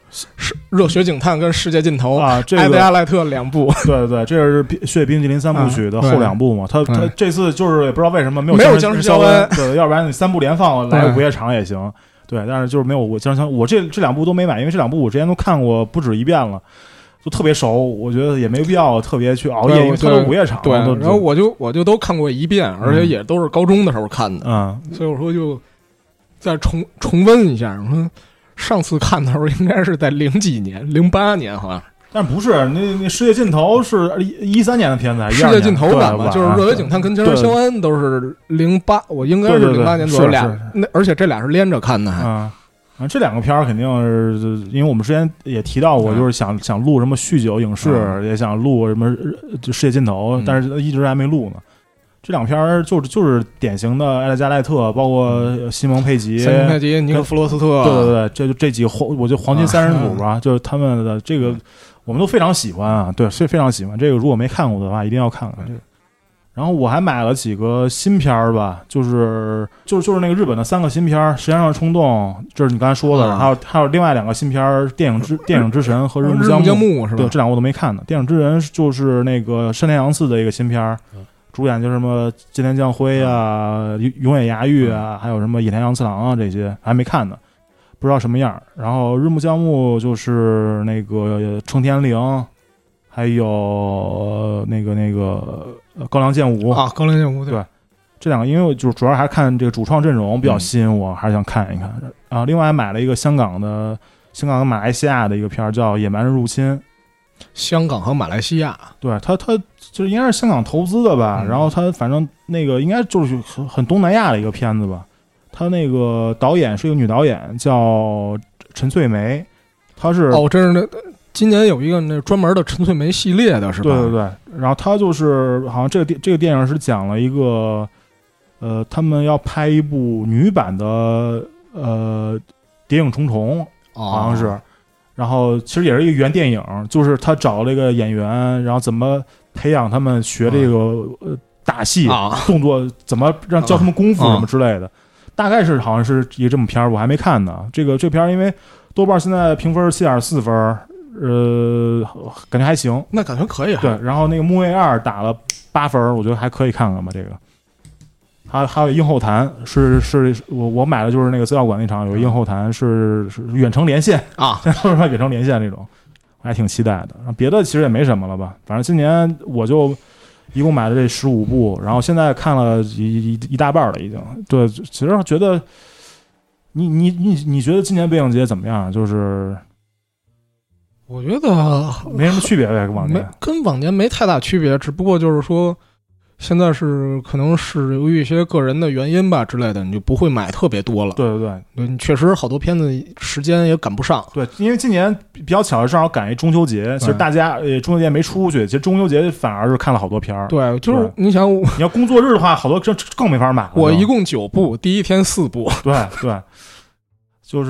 热血警探跟世界尽头啊，这个艾德加莱特2部， 对对，这是《血液冰淇淋3部曲》的后2部嘛。他这次就是也不知道为什么没有僵尸肖恩，对，要不然你3部连放来午夜场也行。对，但是就是没有我僵尸，我这2部都没买，因为这2部我之前都看过不止一遍了。就特别熟，我觉得也没必要特别去熬夜，因为它都午夜场。 对，然后我就都看过一遍，而且也都是高中的时候看的。所以我说就再重温一下。我说上次看的时候应该是在0几年，08年好像。 但不是，那世界尽头是13年的片子， 世界尽头版嘛，就是热血警探跟僵尸肖恩都是08，我应该是08年左右俩，而且这俩是连着看的还。 这2个片儿肯定是，因为我们之前也提到过，就是想录什么酗酒影视，也想录什么就世界尽头，但是一直还没录呢。这2片儿就是典型的艾德加莱特，包括西蒙佩吉、 尼克弗罗斯特， 对，这几个我觉得黄金3人组吧，就是他们的这个我们都非常喜欢啊，对，非常喜欢这个。如果没看过的话，一定要看看这个。然后我还买了几个新片儿吧，就是那个日本的3个新片儿，《时间上的冲动》，这是你刚才说的，还有另外2个新片儿，《电影之神》和《日暮江木》是吧？ 对，这2个我都没看呢。《电影之神》就是那个山田洋次的一个新片儿，主演就是什么菅田将晖啊、永野芽郁啊，还有什么野田洋次郎啊，这些还没看呢，不知道什么样。然后《日暮江木》就是那个冲田绫，还有那个高良健吾啊，高良健吾对，这2个因为就主要还是看这个主创阵容比较吸引我，还是想看一看。然后另外还买了一个香港跟马来西亚的一个片儿，叫《野蛮人入侵》。 香港和马来西亚， 对，他就是应该是香港投资的吧，然后他反正那个应该就是很东南亚的一个片子吧。他那个导演是一个女导演，叫陈翠梅，她是这是那。今年有一个那专门的陈翠梅系列的是吧？ 对，然后他就是好像这个电影是讲了一个他们要拍一部女版的谍影重重，好像是，然后其实也是一个原电影，就是他找了一个演员，然后怎么培养他们学这个打戏动作，怎么教他们功夫什么之类的，大概是好像是一个这么片儿，我还没看呢。这片儿因为豆瓣现在评分是7.4分。感觉还行， 那感觉可以。 对，然后那个木卫2打了8分，我觉得还可以看看吧。这个，还有映后谈，是我买的就是那个资料馆那场有映后谈，是远程连线啊， 远程连线这种，我还挺期待的。别的其实也没什么了吧，反正今年我就一共买了这15部，然后现在看了一大半了已经。对，其实觉得你觉得今年北影节怎么样？就是我觉得没什么区别呗， 跟往年没太大区别，只不过就是说现在是可能是由于一些个人的原因吧之类的，你就不会买特别多了。 对， 你确实好多片子时间也赶不上。 对，因为今年比较巧的正好赶一中秋节，其实大家中秋节没出去，其实中秋节反而是看了好多片儿。 对，就是你想你要工作日的话，好多更没法买了。 我一共9部，第一天4部。 对，就是，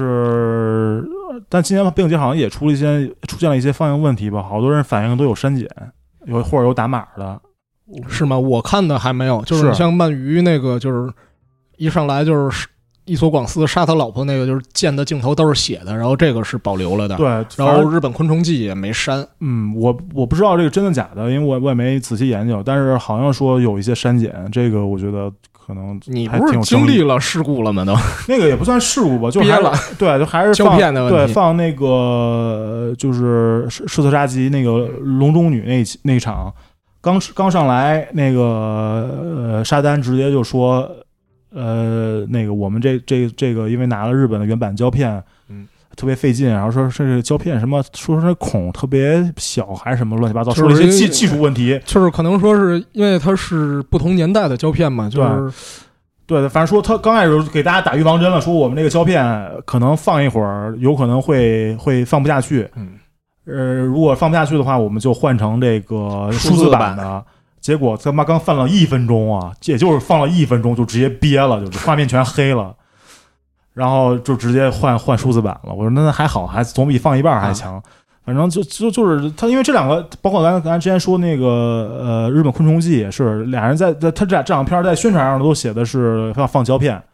但今年北影节好像也出现了一些放映问题吧，好多人反映都有删减，或者有打码的， 是吗？我看的还没有，就是像鳗鱼那个，就是一上来就是伊索广司杀他老婆那个，就是剑的镜头都是血的，然后这个是保留了的。 对， 然后日本昆虫记也没删。 我不知道这个真的假的，因为我也没仔细研究，但是好像说有一些删减，这个我觉得。可能你不是经历了事故了吗？都那个也不算事故吧，就憋了。 对，就还是胶片的问题。 对，放那个就是射特杀机那个笼中女那一场，刚上来那个沙丹直接就说，那个我们这个因为拿了日本的原版胶片，特别费劲，然后说这个胶片什么，说这孔特别小还是什么乱七八糟，说了一些技术问题， 就是可能说是因为它是不同年代的胶片嘛，就是对，反正说他刚开始给大家打预防针了，说我们这个胶片可能放一会儿有可能会放不下去，如果放不下去的话，我们就换成这个数字版的。结果他妈刚放了1分钟啊，也就是放了1分钟就直接憋了，就是画面全黑了。然后就直接换数字版了，我说那还好，还总比放一半还强。反正就是他，因为这2个，包括咱之前说那个日本昆虫记也是，俩人在他这两片在宣传上都写的是要放胶片，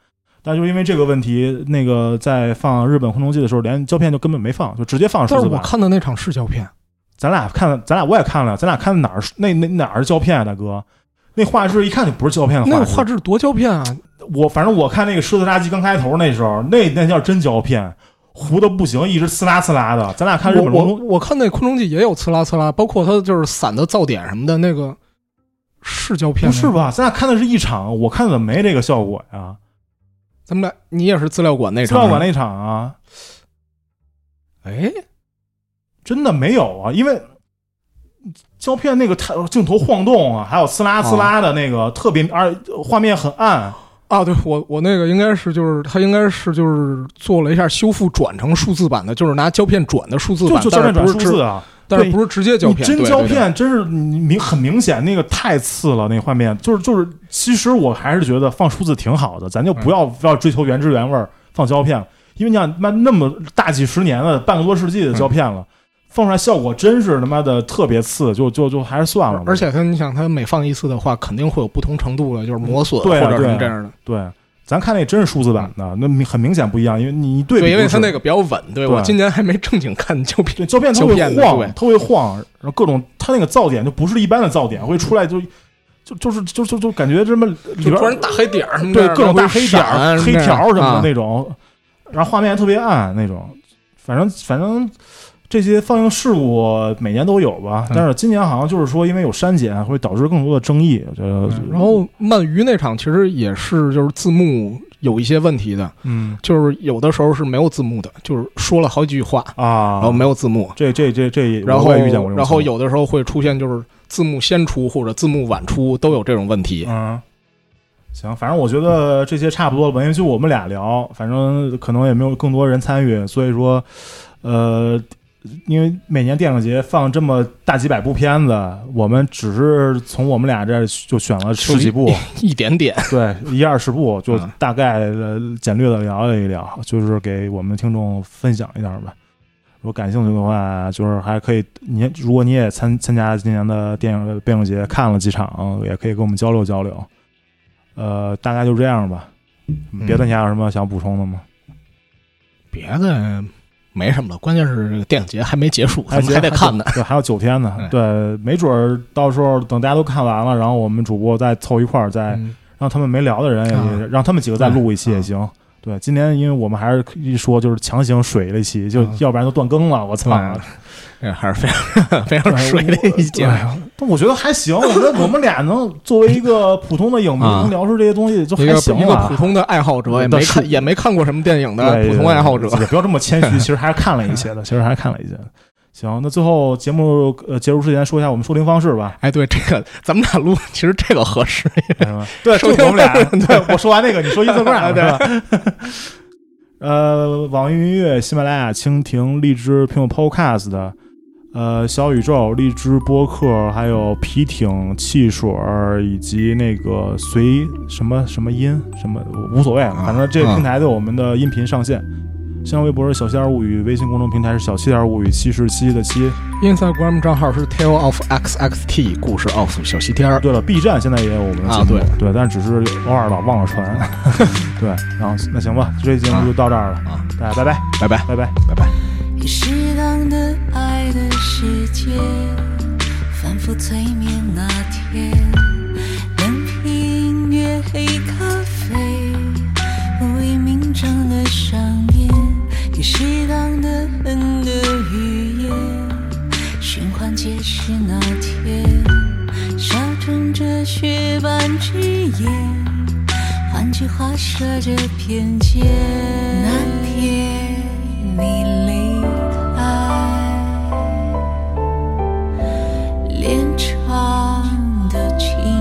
但就因为这个问题，那个在放日本空中记的时候，连胶片就根本没放，就直接放数字版。 但是我看的那场是胶片， 咱俩我也看了，咱俩看哪儿哪儿是胶片啊，大哥？那画质一看就不是胶片的画质。 那个画质多胶片啊！ 反正我看那个狮子杀机刚开头那时候，那叫真胶片，糊的不行，一直呲啦呲啦的。咱俩看日本我看那空中记也有呲啦呲啦，包括它就是散的噪点什么的，那个是胶片？ 不是吧？咱俩看的是一场，我看怎么没这个效果呀？ 咱们俩你也是资料馆那场？ 资料馆那场啊？ 哎，真的没有啊，因为胶片那个镜头晃动啊，还有呲啦呲啦的那个特别，画面很暗啊。对，我那个应该是就是他应该是就是做了一下修复，转成数字版的，就是拿胶片转的数字版， 就胶片转数字啊。 但是不是直接胶片？ 真胶片真是很明显，那个太次了，那个画面就是。其实我还是觉得放数字挺好的，咱就不要追求原汁原味放胶片，因为你想那么大几十年了，半个多世纪的胶片了。放出来效果真是他妈的特别次，就还是算了。 而且你想，它每放一次的话，肯定会有不同程度的，就是磨损或者什么这样的。 对，咱看那真是数字版的，那很明显不一样，因为你对比， 因为它那个比较稳。对，我今年还没正经看胶片， 胶片它会晃，它会晃，然后各种它那个噪点就不是一般的噪点，会出来就感觉这么里边突然大黑点什么的，对，各种大黑点、黑条什么的那种，然后画面还特别暗那种，反正。这些放映事故每年都有吧，但是今年好像就是说因为有删减会导致更多的争议。 然后鳗鱼那场其实也是就是字幕有一些问题的，就是有的时候是没有字幕的，就是说了好几句话啊， 然后没有字幕。 这然后我也遇见过这种。 然后有的时候会出现就是字幕先出或者字幕晚出都有这种问题。 行，反正我觉得这些差不多了吧，因为就我们俩聊，反正可能也没有更多人参与，所以说因为每年电影节放这么大几百部片子，我们只是从我们俩这就选了10几部， 一点点， 对，20部，就大概简略的聊了一聊，就是给我们听众分享一点吧。如果感兴趣的话，就是还可以，如果你也参加今年的电影节，看了几场，也可以跟我们交流交流。大概就这样吧。别的你还有什么想补充的吗？ 别的。没什么了，关键是这个电影节还没结束，还得看呢。 对，还有9天呢。对，没准到时候等大家都看完了，然后我们主播再凑一块儿，再让他们没聊的人也让他们几个再录一期也行。对，今年因为我们还是一说就是强行水了一期，就要不然都断更了。我操！ 还是非常非常水的一节。 但我觉得还行，我觉得我们俩能作为一个普通的影迷能聊出这些东西就还行了。 一个普通的爱好者，也没看过什么电影的普通爱好者， 也不要这么谦虚，其实还是看了一些的，行，那最后节目结束之前说一下我们收听方式吧。 哎，对，这个咱们俩录，其实这个合适。 对，就我们俩。对，我说完那个，你说Instagram对吧？网易云音乐、喜马拉雅、蜻蜓、荔枝、苹果 Podcast 的。小宇宙、荔枝播客，还有皮艇、汽水以及那个随什么音什么无所谓，反正这个平台对我们的音频上线。新浪微博是小7点物语，微信公众平台是小7点物语，7的7。 Instagram 账号是 Tale of XXT 故事 of 小西天。 对了 ，B 站现在也有我们的节目，对，但只是偶尔老忘了传。对，然后那行吧，这期节目就到这儿了啊，大家拜拜， 拜拜， 拜拜，拜拜。 适当的爱的世界，反复催眠那天，冷僻音乐黑咖啡，无以名状的上演，有适当的恨的语言，循环皆是那天，沙中着雪般之眼，换句话说着偏见，那天你离开，连长的情